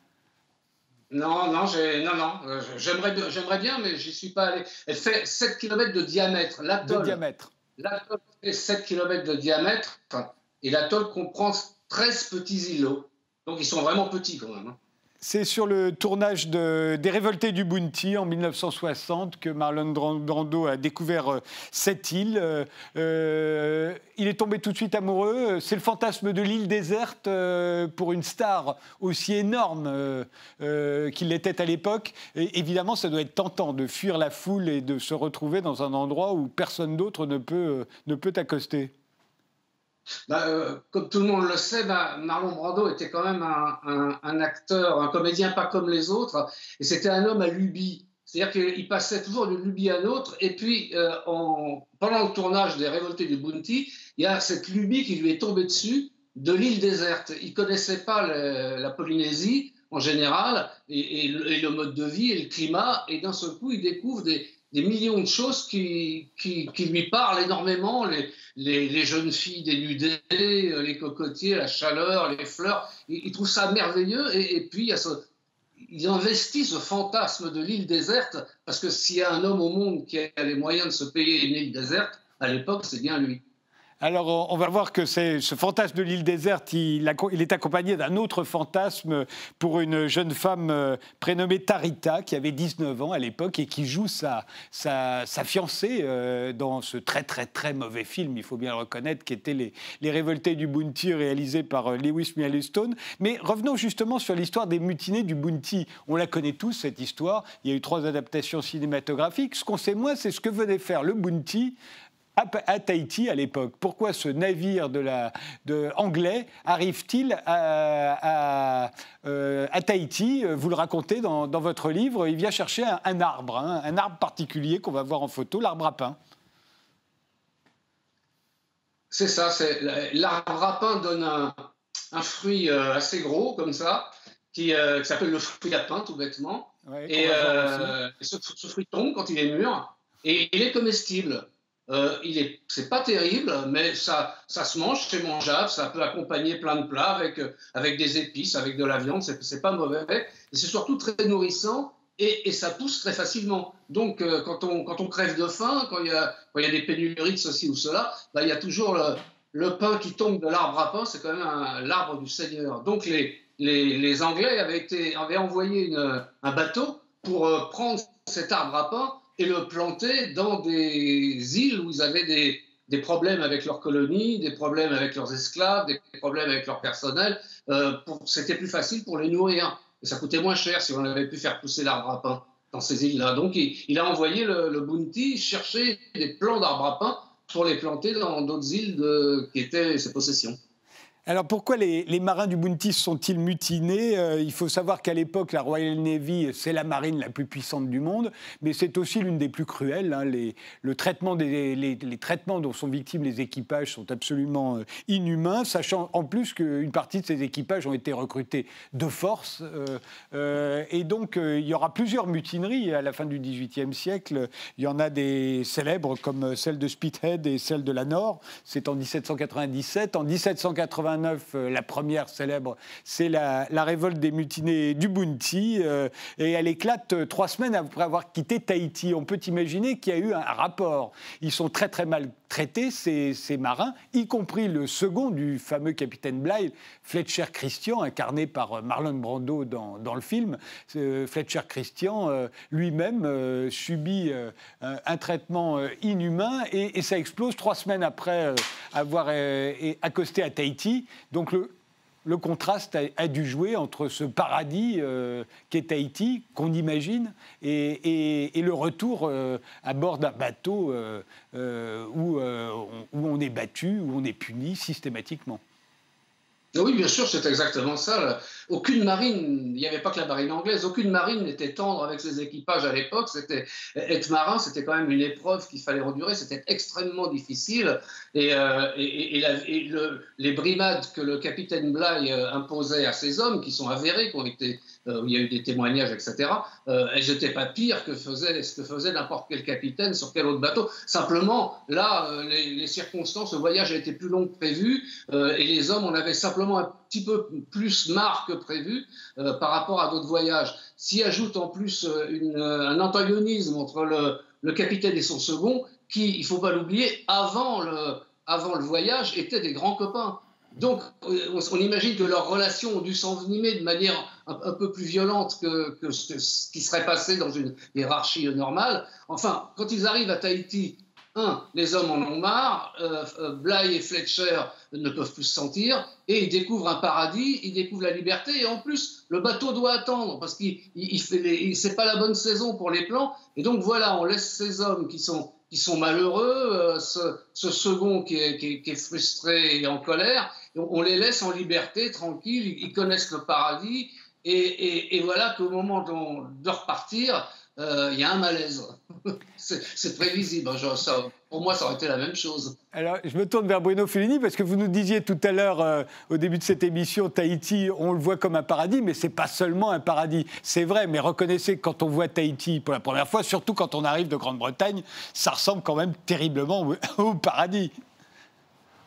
Non, non, non, non. J'aimerais, j'aimerais bien, mais j'y suis pas allé. Elle fait sept kilomètres de diamètre. De diamètre. L'atoll fait sept kilomètres de diamètre et l'atoll comprend treize petits îlots. Donc ils sont vraiment petits quand même. Hein. C'est sur le tournage de, des Révoltés du Bounty en mille neuf cent soixante que Marlon Brando a découvert cette île. Euh, il est tombé tout de suite amoureux. C'est le fantasme de l'île déserte euh, pour une star aussi énorme euh, euh, qu'il l'était à l'époque. Et évidemment, ça doit être tentant de fuir la foule et de se retrouver dans un endroit où personne d'autre ne peut, ne peut accoster. Bah, euh, comme tout le monde le sait, bah, Marlon Brando était quand même un, un, un acteur, un comédien pas comme les autres, et c'était un homme à lubie. C'est-à-dire qu'il passait toujours d'une lubie à l'autre, et puis euh, en, pendant le tournage des Révoltés du Bounty, il y a cette lubie qui lui est tombée dessus de l'île déserte. Il ne connaissait pas le, la Polynésie en général, et, et, le, et le mode de vie, et le climat, et d'un seul coup, il découvre des, des millions de choses qui, qui, qui lui parlent énormément, les, les, les jeunes filles dénudées, les cocotiers, la chaleur, les fleurs. Il, il trouve ça merveilleux, et, et puis il, y a ce, il investit ce fantasme de l'île déserte, parce que s'il y a un homme au monde qui a les moyens de se payer une île déserte, à l'époque, c'est bien lui. Alors, on va voir que c'est, ce fantasme de l'île déserte, il, il est accompagné d'un autre fantasme pour une jeune femme prénommée Tarita, qui avait dix-neuf ans à l'époque et qui joue sa, sa, sa fiancée euh, dans ce très, très, très mauvais film, il faut bien le reconnaître, qui était Les, les Révoltés du Bounty, réalisé par Lewis Milestone. Mais revenons justement sur l'histoire des mutinés du Bounty. On la connaît tous, cette histoire. Il y a eu trois adaptations cinématographiques. Ce qu'on sait moins, c'est ce que venait faire le Bounty à Tahiti à l'époque. Pourquoi ce navire de la, de, anglais arrive-t-il à, à, euh, à Tahiti? Vous le racontez dans, dans votre livre. Il vient chercher un, un arbre, hein, un arbre particulier qu'on va voir en photo, l'arbre à pain. C'est ça, c'est, l'arbre à pain donne un, un fruit euh, assez gros, comme ça, qui, euh, qui s'appelle le fruit à pain, tout bêtement. Ouais, et euh, ce, ce fruit tombe quand il est mûr, et il est comestible. Euh, il est, c'est pas terrible, mais ça, ça se mange, c'est mangeable, ça peut accompagner plein de plats avec, avec des épices, avec de la viande, c'est, c'est pas mauvais. Et c'est surtout très nourrissant et, et ça pousse très facilement. Donc, euh, quand, on, quand on crève de faim, quand il y a, quand il y a des pénuries de ceci ou cela, bah, il y a toujours le, le pain qui tombe de l'arbre à pain, c'est quand même un, l'arbre du Seigneur. Donc, les, les, les Anglais avaient, été, avaient envoyé une, un bateau pour euh, prendre cet arbre à pain et le planter dans des îles où ils avaient des, des problèmes avec leurs colonies, des problèmes avec leurs esclaves, des problèmes avec leur personnel. Euh, pour, c'était plus facile pour les nourrir. Et ça coûtait moins cher si on avait pu faire pousser l'arbre à pain dans ces îles-là. Donc il, il a envoyé le, le Bounty chercher des plants d'arbres à pain pour les planter dans d'autres îles de, qui étaient ses possessions. Alors pourquoi les, les marins du Bounty sont-ils mutinés? euh, Il faut savoir qu'à l'époque, la Royal Navy, c'est la marine la plus puissante du monde, mais c'est aussi l'une des plus cruelles. Hein. Les, le traitement des, les, les traitements dont sont victimes les équipages sont absolument euh, inhumains, sachant en plus qu'une partie de ces équipages ont été recrutés de force. Euh, euh, et donc, euh, il y aura plusieurs mutineries à la fin du dix-huitième siècle. Il y en a des célèbres comme celle de Spithead et celle de la Nore. C'est en dix-sept cent quatre-vingt-dix-sept. En dix-sept cent quatre-vingt-neuf, la première célèbre, c'est la, la révolte des mutinés du Bounty, euh, et elle éclate trois semaines après avoir quitté Tahiti. On peut imaginer qu'il y a eu un rapport. Ils sont très très mal traités, ces, ces marins, y compris le second du fameux capitaine Bligh, Fletcher Christian, incarné par Marlon Brando dans, dans le film. Euh, Fletcher Christian euh, lui-même euh, subit euh, un, un traitement euh, inhumain, et, et ça explose trois semaines après euh, avoir euh, accosté à Tahiti. Donc le, le contraste a, a dû jouer entre ce paradis euh, qu'est Tahiti, qu'on imagine, et, et, et le retour euh, à bord d'un bateau euh, euh, où, euh, on, où on est battu, où on est puni systématiquement. Oui, bien sûr, c'est exactement ça. Aucune marine, il n'y avait pas que la marine anglaise, aucune marine n'était tendre avec ses équipages à l'époque. C'était, être marin, c'était quand même une épreuve qu'il fallait endurer, c'était extrêmement difficile. Et, euh, et, et, la, et le, les brimades que le capitaine Bligh imposait à ses hommes, qui sont avérés, qui ont été, euh, où il y a eu des témoignages, et cetera, euh, elles n'étaient pas pires que faisait, ce que faisait n'importe quel capitaine sur quel autre bateau. Simplement, là, euh, les, les circonstances, le voyage a été plus long que prévu, euh, et les hommes, on avait simplement un petit peu plus marre que prévu euh, par rapport à d'autres voyages. S'y ajoute en plus une, un antagonisme entre le, le capitaine et son second, qui, il ne faut pas l'oublier, avant le, avant le voyage, étaient des grands copains. Donc, on, on imagine que leurs relations ont dû s'envenimer de manière un, un peu plus violente que, que ce, ce qui serait passé dans une hiérarchie normale. Enfin, quand ils arrivent à Tahiti, un, les hommes en ont marre, euh, Bligh et Fletcher ne peuvent plus se sentir, et ils découvrent un paradis, ils découvrent la liberté, et en plus, le bateau doit attendre, parce qu'il il, il c'est pas la bonne saison pour les plans, et donc voilà, on laisse ces hommes qui sont, qui sont malheureux, euh, ce, ce second qui est, qui, est, qui est frustré et en colère, et on, on les laisse en liberté, tranquilles, ils, ils connaissent le paradis, et, et, et voilà qu'au moment de, de repartir, il euh, y a un malaise. c'est, c'est prévisible. Genre, ça, pour moi, ça aurait été la même chose. Alors, je me tourne vers Bruno Fellini, parce que vous nous disiez tout à l'heure, euh, au début de cette émission, Tahiti, on le voit comme un paradis, mais ce n'est pas seulement un paradis. C'est vrai, mais reconnaissez que quand on voit Tahiti pour la première fois, surtout quand on arrive de Grande-Bretagne, ça ressemble quand même terriblement au, au paradis.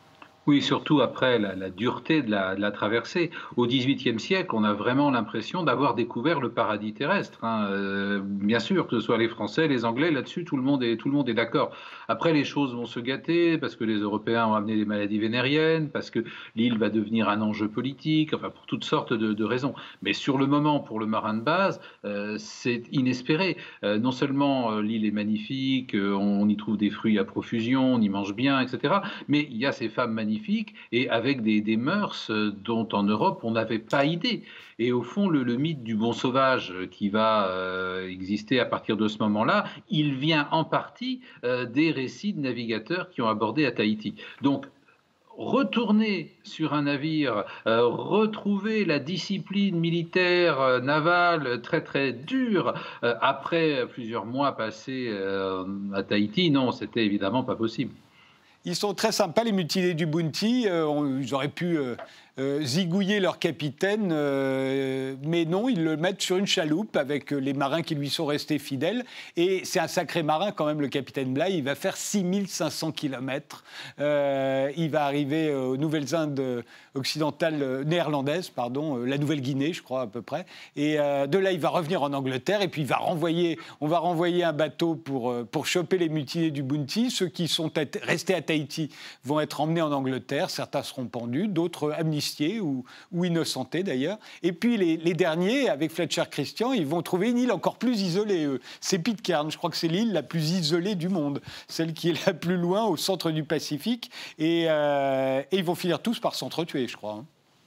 Oui, surtout après la, la dureté de la, de la traversée. Au dix-huitième siècle, on a vraiment l'impression d'avoir découvert le paradis terrestre, hein. Euh, bien sûr, que ce soit les Français, les Anglais, là-dessus, tout le monde est, tout le monde est d'accord. Après, les choses vont se gâter parce que les Européens ont amené des maladies vénériennes, parce que l'île va devenir un enjeu politique, enfin pour toutes sortes de, de raisons. Mais sur le moment, pour le marin de base, euh, c'est inespéré. Euh, non seulement euh, l'île est magnifique, euh, on y trouve des fruits à profusion, on y mange bien, et cetera. Mais il y a ces femmes magnifiques et avec des, des mœurs dont en Europe on n'avait pas idée. Et au fond, le, le mythe du bon sauvage qui va euh, exister à partir de ce moment-là, il vient en partie euh, des récits de navigateurs qui ont abordé à Tahiti. Donc, retourner sur un navire, euh, retrouver la discipline militaire euh, navale très très dure euh, après plusieurs mois passés euh, à Tahiti, non, c'était évidemment pas possible. Ils sont très sympas, les mutilés du Bounty. Euh, on, ils auraient pu euh, euh, zigouiller leur capitaine, euh, mais non, ils le mettent sur une chaloupe avec les marins qui lui sont restés fidèles. Et c'est un sacré marin quand même, le capitaine Bligh. Il va faire six mille cinq cents kilomètres. Euh, il va arriver aux Nouvelles-Indes occidentales, euh, néerlandaises, pardon, euh, la Nouvelle-Guinée, je crois à peu près. Et euh, de là, il va revenir en Angleterre et puis il va renvoyer, on va renvoyer un bateau pour, euh, pour choper les mutilés du Bounty. Ceux qui sont restés à Tahiti vont être emmenés en Angleterre. Certains seront pendus, d'autres amnistiés ou, ou innocentés d'ailleurs. Et puis les, les derniers, avec Fletcher Christian, ils vont trouver une île encore plus isolée, eux. C'est Pitcairn, je crois que c'est l'île la plus isolée du monde, celle qui est la plus loin au centre du Pacifique. Et, euh, et ils vont finir tous par s'entretuer, je crois.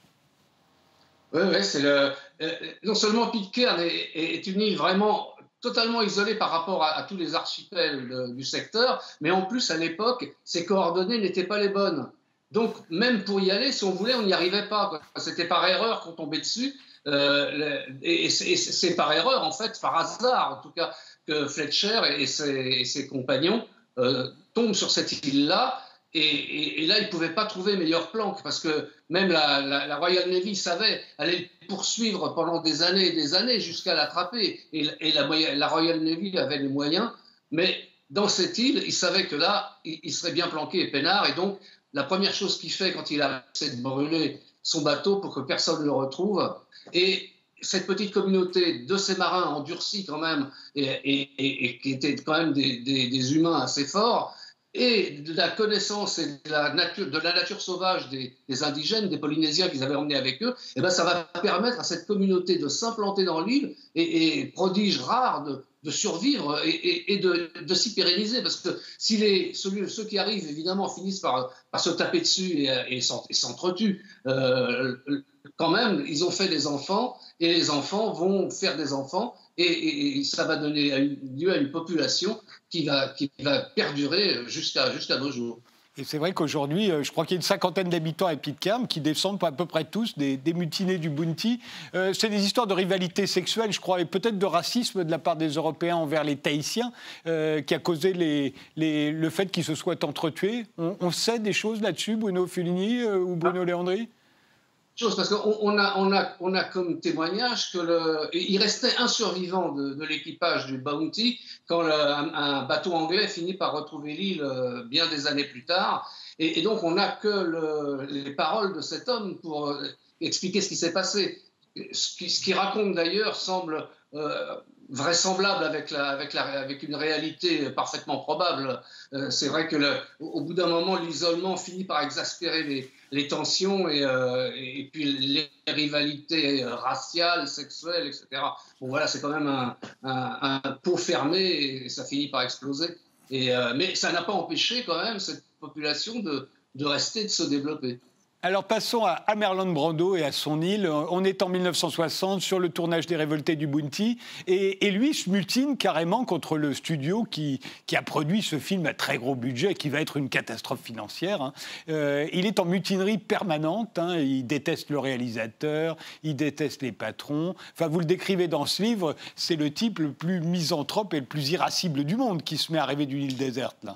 Oui, oui, c'est le. Euh, non seulement Pitcairn est, est une île vraiment totalement isolée par rapport à, à tous les archipels de, du secteur, mais en plus, à l'époque, ses coordonnées n'étaient pas les bonnes. Donc, même pour y aller, si on voulait, on n'y arrivait pas. C'était par erreur qu'on tombait dessus. Euh, et c'est par erreur, en fait, par hasard, en tout cas, que Fletcher et ses, et ses compagnons euh, tombent sur cette île-là. Et, et, et là, ils ne pouvaient pas trouver meilleure planque parce que même la, la, la Royal Navy savait, allait le poursuivre pendant des années et des années jusqu'à l'attraper. Et, et la, la Royal Navy avait les moyens. Mais dans cette île, ils savaient que là, il, il serait bien planqué et peinard. Et donc, la première chose qu'il fait quand il a, c'est de brûler son bateau pour que personne ne le retrouve. Et cette petite communauté de ces marins endurcis quand même, et, et, et, et qui étaient quand même des, des, des humains assez forts, et de la connaissance et de la nature, de la nature sauvage des, des indigènes, des Polynésiens qu'ils avaient emmenés avec eux, et ben ça va permettre à cette communauté de s'implanter dans l'île et, et prodige rare de, de survivre et, et, et de, de s'y pérenniser. Parce que si les, ceux, ceux qui arrivent, évidemment, finissent par, par se taper dessus et, et s'entretuent, euh, quand même, ils ont fait des enfants et les enfants vont faire des enfants et, et, et ça va donner lieu à une population qui va, qui va perdurer jusqu'à jusqu'à nos jours. Et c'est vrai qu'aujourd'hui, je crois qu'il y a une cinquantaine d'habitants à Pitcairn qui descendent à peu près tous des, des mutinés du Bounty. Euh, c'est des histoires de rivalité sexuelle, je crois, et peut-être de racisme de la part des Européens envers les Tahitiens, euh, qui a causé les, les, le fait qu'ils se soient entretués. On, on sait des choses là-dessus, Bruno Fulini euh, ou Bruno ah. Léandri ? Chose parce qu'on on a, on a, on a comme témoignage que le, il restait un survivant de, de l'équipage du Bounty quand le, un, un bateau anglais finit par retrouver l'île bien des années plus tard. Et, et donc on n'a que le, les paroles de cet homme pour expliquer ce qui s'est passé. Ce qui, ce qui raconte d'ailleurs semble euh, vraisemblable avec, la, avec, la, avec une réalité parfaitement probable. Euh, c'est vrai que le, au bout d'un moment, l'isolement finit par exaspérer les, les tensions et, euh, et puis les rivalités raciales, sexuelles, et cetera. Bon voilà, c'est quand même un, un, un pot fermé et ça finit par exploser. Et, euh, mais ça n'a pas empêché quand même cette population de, de rester, de se développer. Alors passons à, à Marlon Brando et à son île. On est en mille neuf cent soixante sur le tournage des Révoltés du Bounty et, et lui se mutine carrément contre le studio qui, qui a produit ce film à très gros budget qui va être une catastrophe financière. Hein. Euh, il est en mutinerie permanente, hein. Il déteste le réalisateur, il déteste les patrons. Enfin, vous le décrivez dans ce livre, c'est le type le plus misanthrope et le plus irascible du monde qui se met à rêver d'une île déserte, là.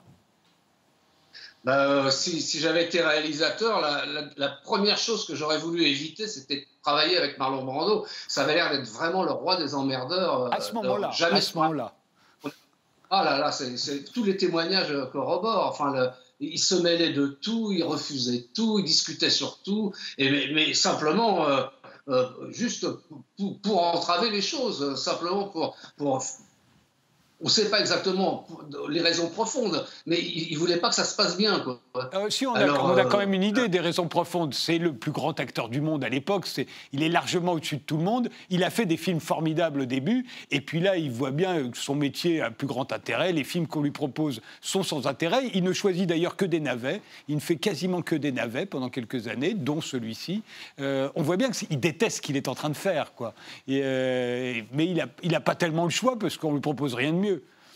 Ben, si, si j'avais été réalisateur, la, la, la première chose que j'aurais voulu éviter, c'était de travailler avec Marlon Brando. Ça avait l'air d'être vraiment le roi des emmerdeurs. À ce moment-là, à ce moment-là. Ah là là, c'est, c'est, tous les témoignages corroborent. Enfin, le, il se mêlait de tout, il refusait tout, il discutait sur tout, et, mais, mais simplement euh, euh, juste pour, pour entraver les choses, simplement pour... pour on ne sait pas exactement les raisons profondes, mais il ne voulait pas que ça se passe bien, quoi. Euh, si, on a, Alors, on a quand euh, même une idée des raisons profondes. C'est le plus grand acteur du monde à l'époque. C'est, il est largement au-dessus de tout le monde. Il a fait des films formidables au début. Et puis là, il voit bien que son métier a un plus grand intérêt. Les films qu'on lui propose sont sans intérêt. Il ne choisit d'ailleurs que des navets. Il ne fait quasiment que des navets pendant quelques années, dont celui-ci. Euh, on voit bien qu'il déteste ce qu'il est en train de faire, quoi. Et, euh, mais il n'a il a pas tellement le choix parce qu'on ne lui propose rien de mieux.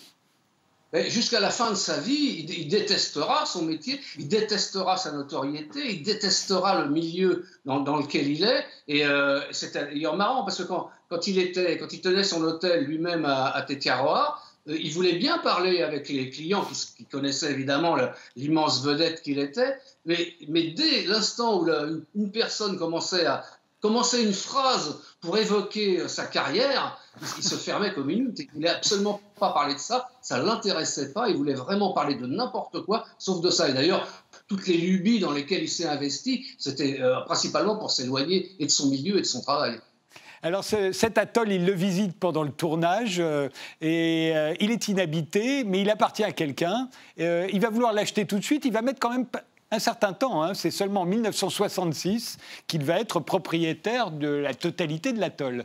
Jusqu'à la fin de sa vie, il détestera son métier, il détestera sa notoriété, il détestera le milieu dans, dans lequel il est. Et euh, c'est d'ailleurs marrant parce que quand, quand, il était, quand il tenait son hôtel lui-même à, à Tetiaroa, euh, il voulait bien parler avec les clients qui, qui connaissaient évidemment l'immense vedette qu'il était. Mais, mais dès l'instant où la, une personne commençait à commençait une phrase pour évoquer sa carrière, il se fermait comme une minute. Il ne voulait absolument pas parler de ça, ça ne l'intéressait pas, il voulait vraiment parler de n'importe quoi, sauf de ça. Et d'ailleurs, toutes les lubies dans lesquelles il s'est investi, c'était euh, principalement pour s'éloigner et de son milieu et de son travail. Alors ce, cet atoll, il le visite pendant le tournage euh, et euh, il est inhabité, mais il appartient à quelqu'un. Euh, il va vouloir l'acheter tout de suite, il va mettre quand même... un certain temps, hein, c'est seulement en mille neuf cent soixante-six qu'il va être propriétaire de la totalité de l'atoll.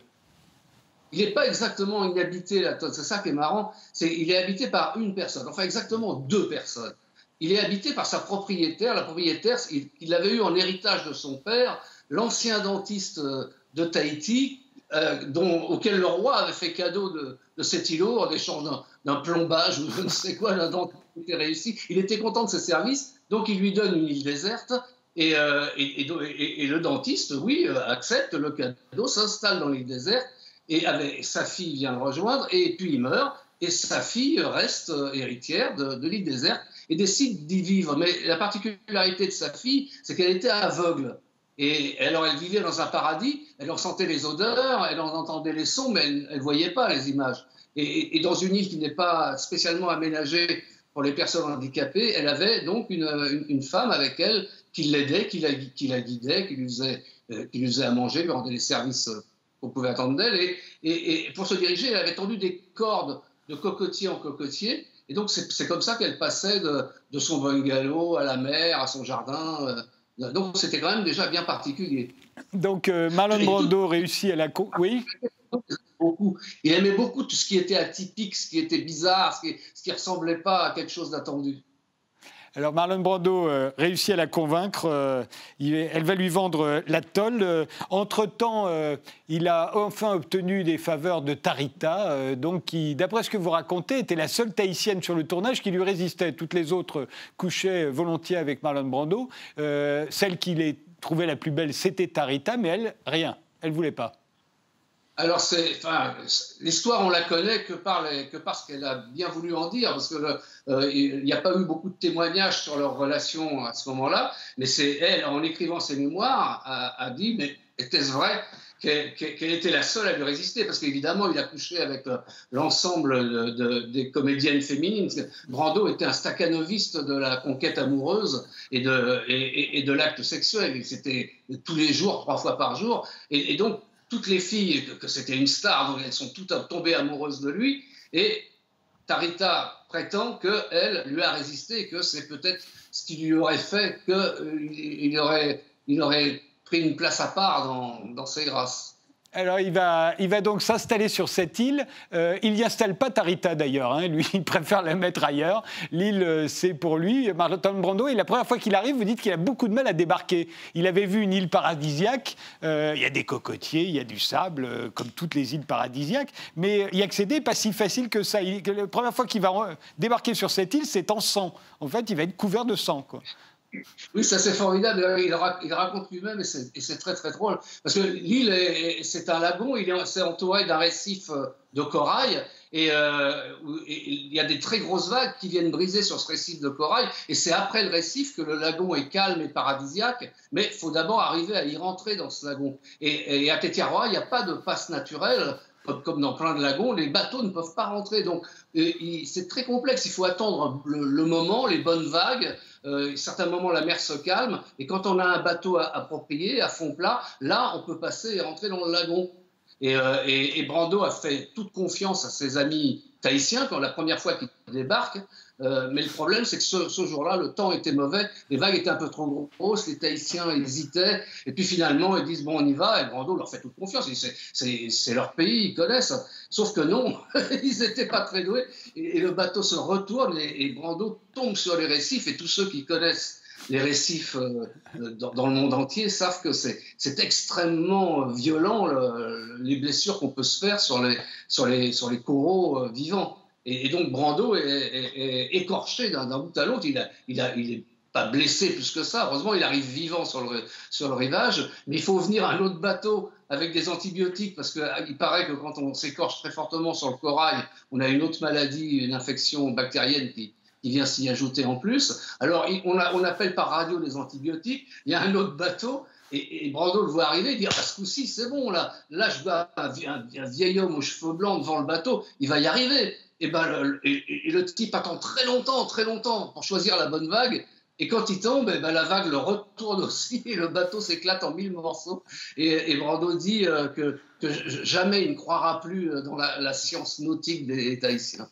Il n'est pas exactement inhabité, l'atoll, c'est ça qui est marrant, c'est qu'il est habité par une personne, enfin exactement deux personnes. Il est habité par sa propriétaire, la propriétaire, il, il l'avait eu en héritage de son père, l'ancien dentiste de Tahiti, euh, dont, auquel le roi avait fait cadeau de, de cet îlot en échange d'un plombage ou je ne sais quoi, d'un dentiste qui était réussi. Il était content de ses services. Donc, il lui donne une île déserte et, euh, et, et, et le dentiste, oui, accepte le cadeau, s'installe dans l'île déserte et avec, sa fille vient le rejoindre et puis il meurt et sa fille reste héritière de, de l'île déserte et décide d'y vivre. Mais la particularité de sa fille, c'est qu'elle était aveugle. Et alors, elle vivait dans un paradis, elle en sentait les odeurs, elle en entendait les sons, mais elle ne voyait pas les images. Et, et dans une île qui n'est pas spécialement aménagée pour les personnes handicapées, elle avait donc une, une, une femme avec elle qui l'aidait, qui la, qui la guidait, qui lui, faisait, euh, qui lui faisait à manger, lui rendait les services qu'on pouvait attendre d'elle. Et, et, et pour se diriger, elle avait tendu des cordes de cocotier en cocotier. Et donc, c'est comme ça qu'elle passait de, de son bungalow à la mer, à son jardin. Euh, donc, c'était quand même déjà bien particulier. Donc, euh, Marlon Brando réussit à la... Oui. Beaucoup. Il aimait beaucoup tout ce qui était atypique, ce qui était bizarre, ce qui, ce qui ressemblait pas à quelque chose d'attendu. Alors Marlon Brando euh, réussit à la convaincre, euh, il, elle va lui vendre euh, l'atoll. Euh, entre-temps, euh, il a enfin obtenu des faveurs de Tarita, euh, donc qui, d'après ce que vous racontez, était la seule tahitienne sur le tournage qui lui résistait. Toutes les autres couchaient volontiers avec Marlon Brando. Euh, celle qu'il trouvait la plus belle, c'était Tarita, mais elle, rien, elle ne voulait pas. Alors, enfin, l'histoire, on la connaît que par, les, que par ce qu'elle a bien voulu en dire, parce qu'il euh, n'y a pas eu beaucoup de témoignages sur leur relation à ce moment-là, mais c'est elle, en écrivant ses mémoires, a, a dit, mais était-ce vrai qu'elle qu'elle était la seule à lui résister? Parce qu'évidemment, il a couché avec l'ensemble de, de, des comédiennes féminines. Brando était un stakhanoviste de la conquête amoureuse et de, et, et de l'acte sexuel. C'était tous les jours, trois fois par jour. Et, et donc, toutes les filles, que c'était une star, donc elles sont toutes tombées amoureuses de lui, et Tarita prétend qu'elle lui a résisté et que c'est peut-être ce qui lui aurait fait qu'il euh, aurait, il aurait pris une place à part dans, dans ses grâces. Alors, il va, il va donc s'installer sur cette île. Euh, il n'y installe pas Tarita, d'ailleurs. Hein. Lui, il préfère la mettre ailleurs. L'île, euh, c'est pour lui. Marlon Brando, et la première fois qu'il arrive, vous dites qu'il a beaucoup de mal à débarquer. Il avait vu une île paradisiaque. Euh, il y a des cocotiers, il y a du sable, euh, comme toutes les îles paradisiaques. Mais y accéder, pas si facile que ça. Il, la première fois qu'il va débarquer sur cette île, c'est en sang. En fait, il va être couvert de sang, quoi. Oui, ça c'est formidable. Il, il raconte lui-même et c'est très très drôle. Parce que l'île, c'est un lagon, il est entouré d'un récif de corail et, euh, et il y a des très grosses vagues qui viennent briser sur ce récif de corail. Et c'est après le récif que le lagon est calme et paradisiaque. Mais il faut d'abord arriver à y rentrer dans ce lagon. Et, et à Tetiaroa, il n'y a pas de passe naturelle. Comme dans plein de lagons, les bateaux ne peuvent pas rentrer. Donc, c'est très complexe. Il faut attendre le, le moment, les bonnes vagues, euh, à certains moments, la mer se calme, et quand on a un bateau approprié, à fond plat, là, on peut passer et rentrer dans le lagon. Et, euh, et, et Brando a fait toute confiance à ses amis tahitiens quand la première fois qu'il débarque. Euh, mais le problème, c'est que ce, ce jour-là, le temps était mauvais, les vagues étaient un peu trop grosses, les Tahitiens hésitaient, et puis finalement, ils disent bon, on y va, et Brando leur fait toute confiance. C'est leur pays, ils connaissent. Sauf que non, ils n'étaient pas très doués, et, et le bateau se retourne, et, et Brando tombe sur les récifs, et tous ceux qui connaissent les récifs euh, dans, dans le monde entier savent que c'est extrêmement violent, le, les blessures qu'on peut se faire sur les, sur les, sur les coraux euh, vivants. Et, et donc Brando est, est, est écorché d'un bout à l'autre. Il n'est il a, il est pas blessé plus que ça. Heureusement, il arrive vivant sur le, sur le rivage. Mais il faut venir un autre bateau avec des antibiotiques parce qu'il paraît que quand on s'écorche très fortement sur le corail, on a une autre maladie, une infection bactérienne qui qui vient s'y ajouter en plus. Alors, on, a, on appelle par radio les antibiotiques, il y a un autre bateau, et, et Brando le voit arriver, il dit « Ah, ce coup-ci, c'est bon, là, là, je vois un, un, un vieil homme aux cheveux blancs devant le bateau, il va y arriver. » Et, ben, le, et, et le type attend très longtemps, très longtemps pour choisir la bonne vague, et quand il tombe, eh ben, la vague le retourne aussi, et le bateau s'éclate en mille morceaux. Et, et Brando dit euh, que, que jamais il ne croira plus dans la, la science nautique des Tahitiens.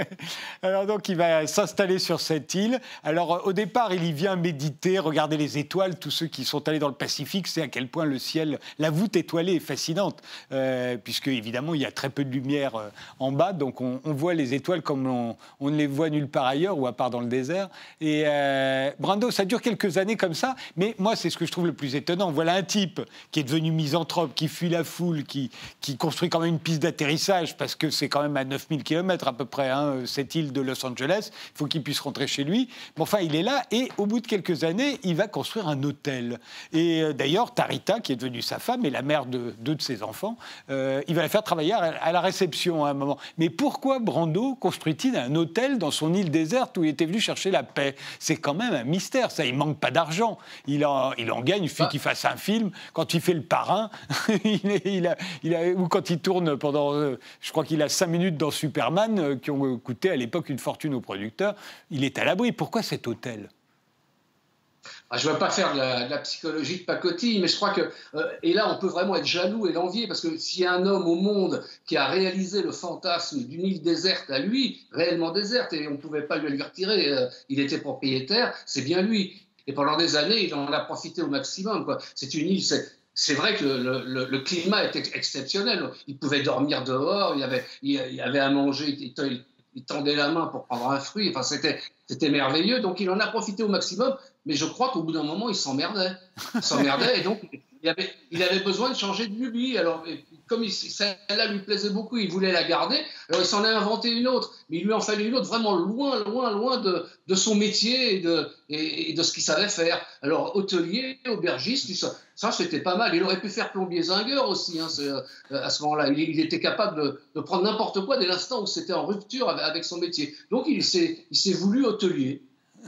Alors donc il va s'installer sur cette île. Alors au départ, il y vient méditer, regarder les étoiles. Tous ceux qui sont allés dans le Pacifique, c'est à quel point le ciel, la voûte étoilée est fascinante, euh, puisque évidemment il y a très peu de lumière euh, en bas, donc on, on voit les étoiles comme on, on ne les voit nulle part ailleurs, ou à part dans le désert. Et euh, Brando, ça dure quelques années comme ça, mais moi c'est ce que je trouve le plus étonnant. Voilà un type qui est devenu misanthrope, qui fuit la foule, qui, qui construit quand même une piste d'atterrissage, parce que c'est quand même à neuf mille kilomètres à peu près, hein, cette île de Los Angeles, il faut qu'il puisse rentrer chez lui. Mais enfin, il est là, et au bout de quelques années, il va construire un hôtel. Et euh, d'ailleurs, Tarita, qui est devenue sa femme, et la mère de deux de ses enfants, euh, il va la faire travailler à, à la réception à un moment. Mais pourquoi Brando construit-il un hôtel dans son île déserte où il était venu chercher la paix? C'est quand même un mystère, ça. Il manque pas d'argent. Il en, il en gagne, il suffit bah. qu'il fasse un film. Quand il fait Le Parrain, il, est, il, a, il a, ou quand il tourne pendant, euh, je crois qu'il a cinq minutes dans Superman, euh, qui ont coûté à l'époque une fortune aux producteurs, il est à l'abri. Pourquoi cet hôtel? Je ne veux pas faire de la, de la psychologie de pacotille, mais je crois que, euh, et là on peut vraiment être jaloux et l'envier, parce que s'il y a un homme au monde qui a réalisé le fantasme d'une île déserte à lui, réellement déserte, et on ne pouvait pas lui le retirer, euh, il était propriétaire, c'est bien lui. Et pendant des années, il en a profité au maximum, quoi. C'est une île, c'est vrai que le, le, le climat était exceptionnel. Il pouvait dormir dehors, il y avait, il y avait à manger, il, il, il tendait la main pour prendre un fruit, enfin c'était... C'était merveilleux, donc il en a profité au maximum, mais je crois qu'au bout d'un moment, il s'emmerdait. Il s'emmerdait, et donc il avait, il avait besoin de changer de lubie. Alors, comme celle-là lui plaisait beaucoup, il voulait la garder, alors il s'en a inventé une autre, mais il lui en fallait une autre vraiment loin, loin, loin de, de son métier et de, et, et de ce qu'il savait faire. Alors, hôtelier, aubergiste, ça, ça c'était pas mal. Il aurait pu faire plombier zingueur aussi, hein, à ce moment-là. Il, il était capable de, de prendre n'importe quoi dès l'instant où c'était en rupture avec, avec son métier. Donc, il s'est voulu hôtelier.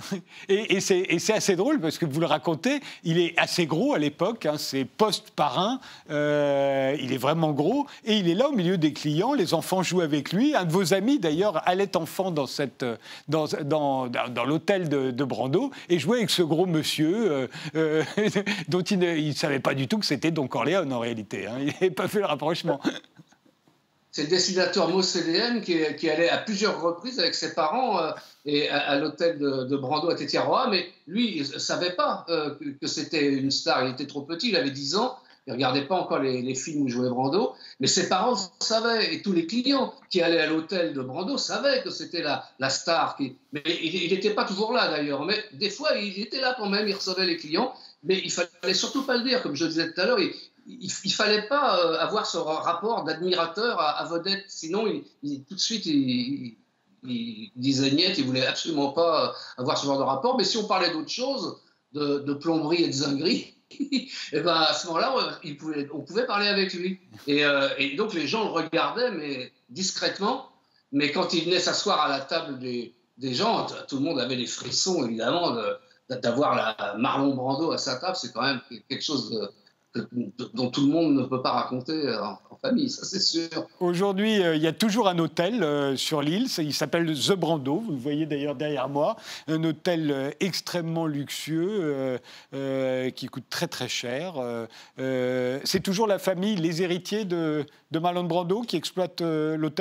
Et, et c'est assez drôle parce que vous le racontez, il est assez gros à l'époque, hein, c'est post-parrain, euh, il est vraiment gros, et il est là au milieu des clients, les enfants jouent avec lui. Un de vos amis d'ailleurs allait enfant dans, cette, dans, dans, dans l'hôtel de, de Brando et jouait avec ce gros monsieur euh, euh, dont il ne savait pas du tout que c'était Don Corleone en réalité, hein, il n'avait pas fait le rapprochement. C'est le dessinateur Mauss Cdn qui, qui allait à plusieurs reprises avec ses parents euh, et à, à l'hôtel de, de Brando à Tetiaroa, mais lui, il ne savait pas euh, que, que c'était une star. Il était trop petit, il avait dix ans, il ne regardait pas encore les, les films où jouait Brando, mais ses parents savaient, et tous les clients qui allaient à l'hôtel de Brando savaient que c'était la, la star. Qui, mais il n'était pas toujours là d'ailleurs, mais des fois, il était là quand même, il recevait les clients, mais il ne fallait surtout pas le dire, comme je le disais tout à l'heure. Il ne fallait pas euh, avoir ce rapport d'admirateur à, à vedette, sinon il, il, tout de suite il, il, il disait niet, il ne voulait absolument pas avoir ce genre de rapport. Mais si on parlait d'autre chose, de, de plomberie et de zinguerie, et ben à ce moment-là, on pouvait parler avec lui. Et, euh, et donc les gens le regardaient, mais discrètement. Mais quand il venait s'asseoir à la table des, des gens, tout le monde avait les frissons, évidemment, d'avoir la Marlon Brando à sa table. C'est quand même quelque chose de... dont tout le monde ne peut pas raconter en, en famille, ça c'est sûr. Aujourd'hui, euh, il y a toujours un hôtel euh, sur l'île, il s'appelle The Brando, vous le voyez d'ailleurs derrière moi, un hôtel euh, extrêmement luxueux, euh, euh, qui coûte très très cher. Euh, euh, c'est toujours la famille, les héritiers de, de Marlon Brando qui exploitent euh, l'hôtel ?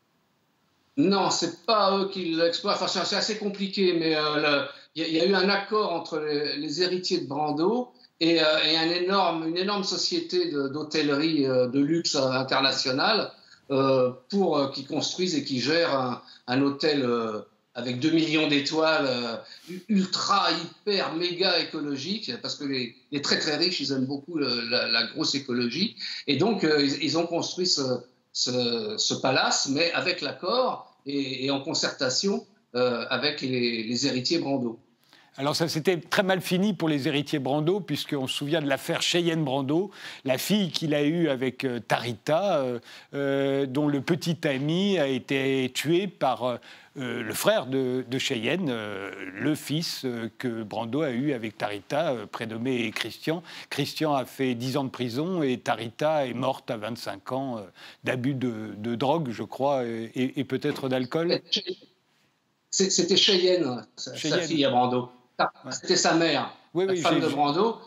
Non, c'est pas eux qui l'exploitent. Enfin, c'est assez compliqué, mais euh, il y, y a eu un accord entre les, les héritiers de Brando et, euh, et un énorme, une énorme société d'hôtellerie de, de luxe internationale euh, pour euh, qui construisent et qui gèrent un, un hôtel euh, avec deux millions d'étoiles, euh, ultra, hyper, méga écologique, parce que les, les très très riches, ils aiment beaucoup le, la, la grosse écologie. Et donc, euh, ils, ils ont construit ce Ce, ce palace, mais avec l'accord et, et en concertation euh, avec les, les héritiers Brando. Alors ça s'était très mal fini pour les héritiers Brando, puisqu'on se souvient de l'affaire Cheyenne Brando, la fille qu'il a eue avec euh, Tarita, euh, euh, dont le petit ami a été tué par euh, le frère de, de Cheyenne, euh, le fils euh, que Brando a eu avec Tarita, euh, prénommé Christian. Christian a fait dix ans de prison et Tarita est morte à vingt-cinq ans euh, d'abus de, de drogue, je crois, et, et peut-être d'alcool. C'était Cheyenne, sa, Cheyenne, sa fille à Brando. Ouais. C'était sa mère, oui, la oui, femme de Brando.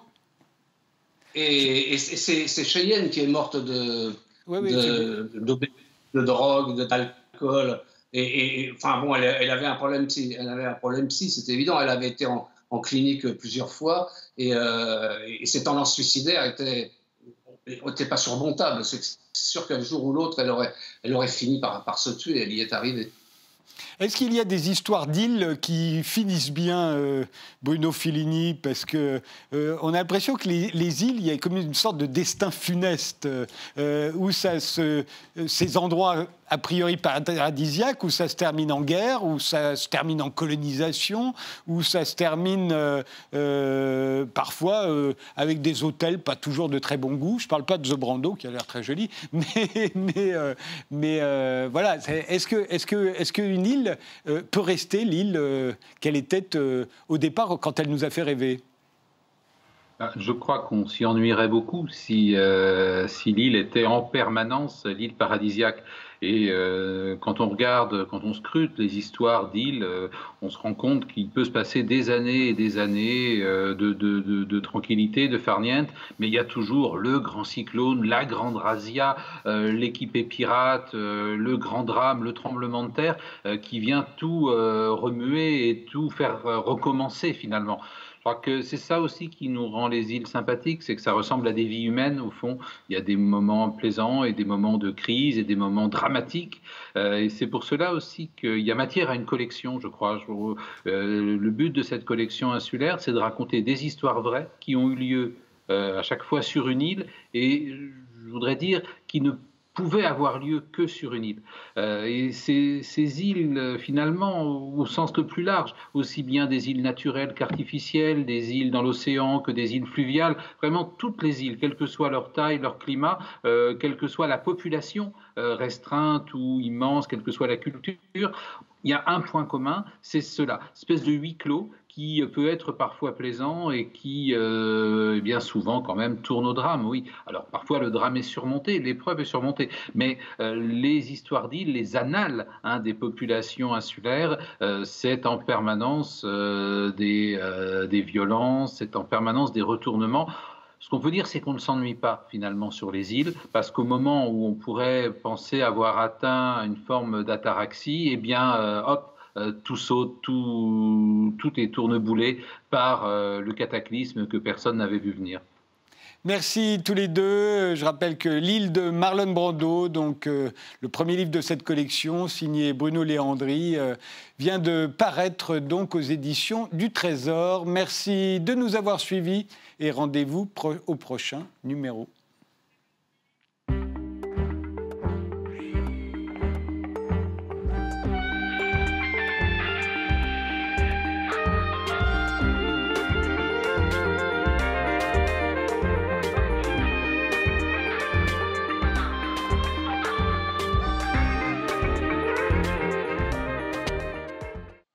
Et, et c'est Cheyenne qui est morte de, oui, oui, de, de, de, de drogue, d'alcool. Et, et enfin bon, elle, elle avait un problème psy, elle avait un problème psy, c'est évident. Elle avait été en, en clinique plusieurs fois et, euh, et ses tendances suicidaires étaient n'étaient pas surmontables. C'est sûr qu'un jour ou l'autre, elle aurait, elle aurait fini par, par se tuer. Elle y est arrivée. Est-ce qu'il y a des histoires d'îles qui finissent bien, euh, Bruno Fellini? Parce qu'on euh, a l'impression que les, les îles, il y a comme une sorte de destin funeste, euh, où ça se, ces endroits a priori paradisiaques, où ça se termine en guerre, où ça se termine en colonisation, où ça se termine euh, euh, parfois euh, avec des hôtels pas toujours de très bon goût. Je ne parle pas de The Brando, qui a l'air très joli, mais, mais, euh, mais euh, voilà. Est-ce que, est-ce que, est-ce qu'une île euh, peut rester l'île euh, qu'elle était euh, au départ quand elle nous a fait rêver? Je crois qu'on s'y ennuierait beaucoup si, euh, si l'île était en permanence l'île paradisiaque. Et euh, quand on regarde, quand on scrute les histoires d'îles, euh, on se rend compte qu'il peut se passer des années et des années euh, de, de, de, de tranquillité, de farniente, mais il y a toujours le grand cyclone, la grande razzia, euh, l'équipée pirate, euh, le grand drame, le tremblement de terre, euh, qui vient tout euh, remuer et tout faire euh, recommencer finalement. Je crois que c'est ça aussi qui nous rend les îles sympathiques, c'est que ça ressemble à des vies humaines au fond. Il y a des moments plaisants et des moments de crise et des moments dramatiques. Euh, et c'est pour cela aussi qu'il y a matière à une collection, je crois. Je, euh, le but de cette collection insulaire, c'est de raconter des histoires vraies qui ont eu lieu euh, à chaque fois sur une île et je voudrais dire qui ne pouvait avoir lieu que sur une île. Euh, et ces, ces îles, finalement, au sens le plus large, aussi bien des îles naturelles qu'artificielles, des îles dans l'océan que des îles fluviales, vraiment toutes les îles, quelle que soit leur taille, leur climat, euh, quelle que soit la population euh, restreinte ou immense, quelle que soit la culture, il y a un point commun, c'est cela, espèce de huis clos qui peut être parfois plaisant et qui, euh, bien souvent, quand même, tourne au drame, oui. Alors, parfois, le drame est surmonté, l'épreuve est surmontée, mais euh, les histoires d'îles, les annales hein, des populations insulaires, euh, c'est en permanence euh, des, euh, des violences, c'est en permanence des retournements. Ce qu'on peut dire, c'est qu'on ne s'ennuie pas finalement sur les îles, parce qu'au moment où on pourrait penser avoir atteint une forme d'ataraxie, eh bien, euh, hop, euh, tout saute, tout, tout est tourneboulé par euh, le cataclysme que personne n'avait vu venir. Merci tous les deux. Je rappelle que L'île de Marlon Brando, donc euh, le premier livre de cette collection, signé Bruno Léandri, euh, vient de paraître donc aux éditions du Trésor. Merci de nous avoir suivis et rendez-vous pro- au prochain numéro.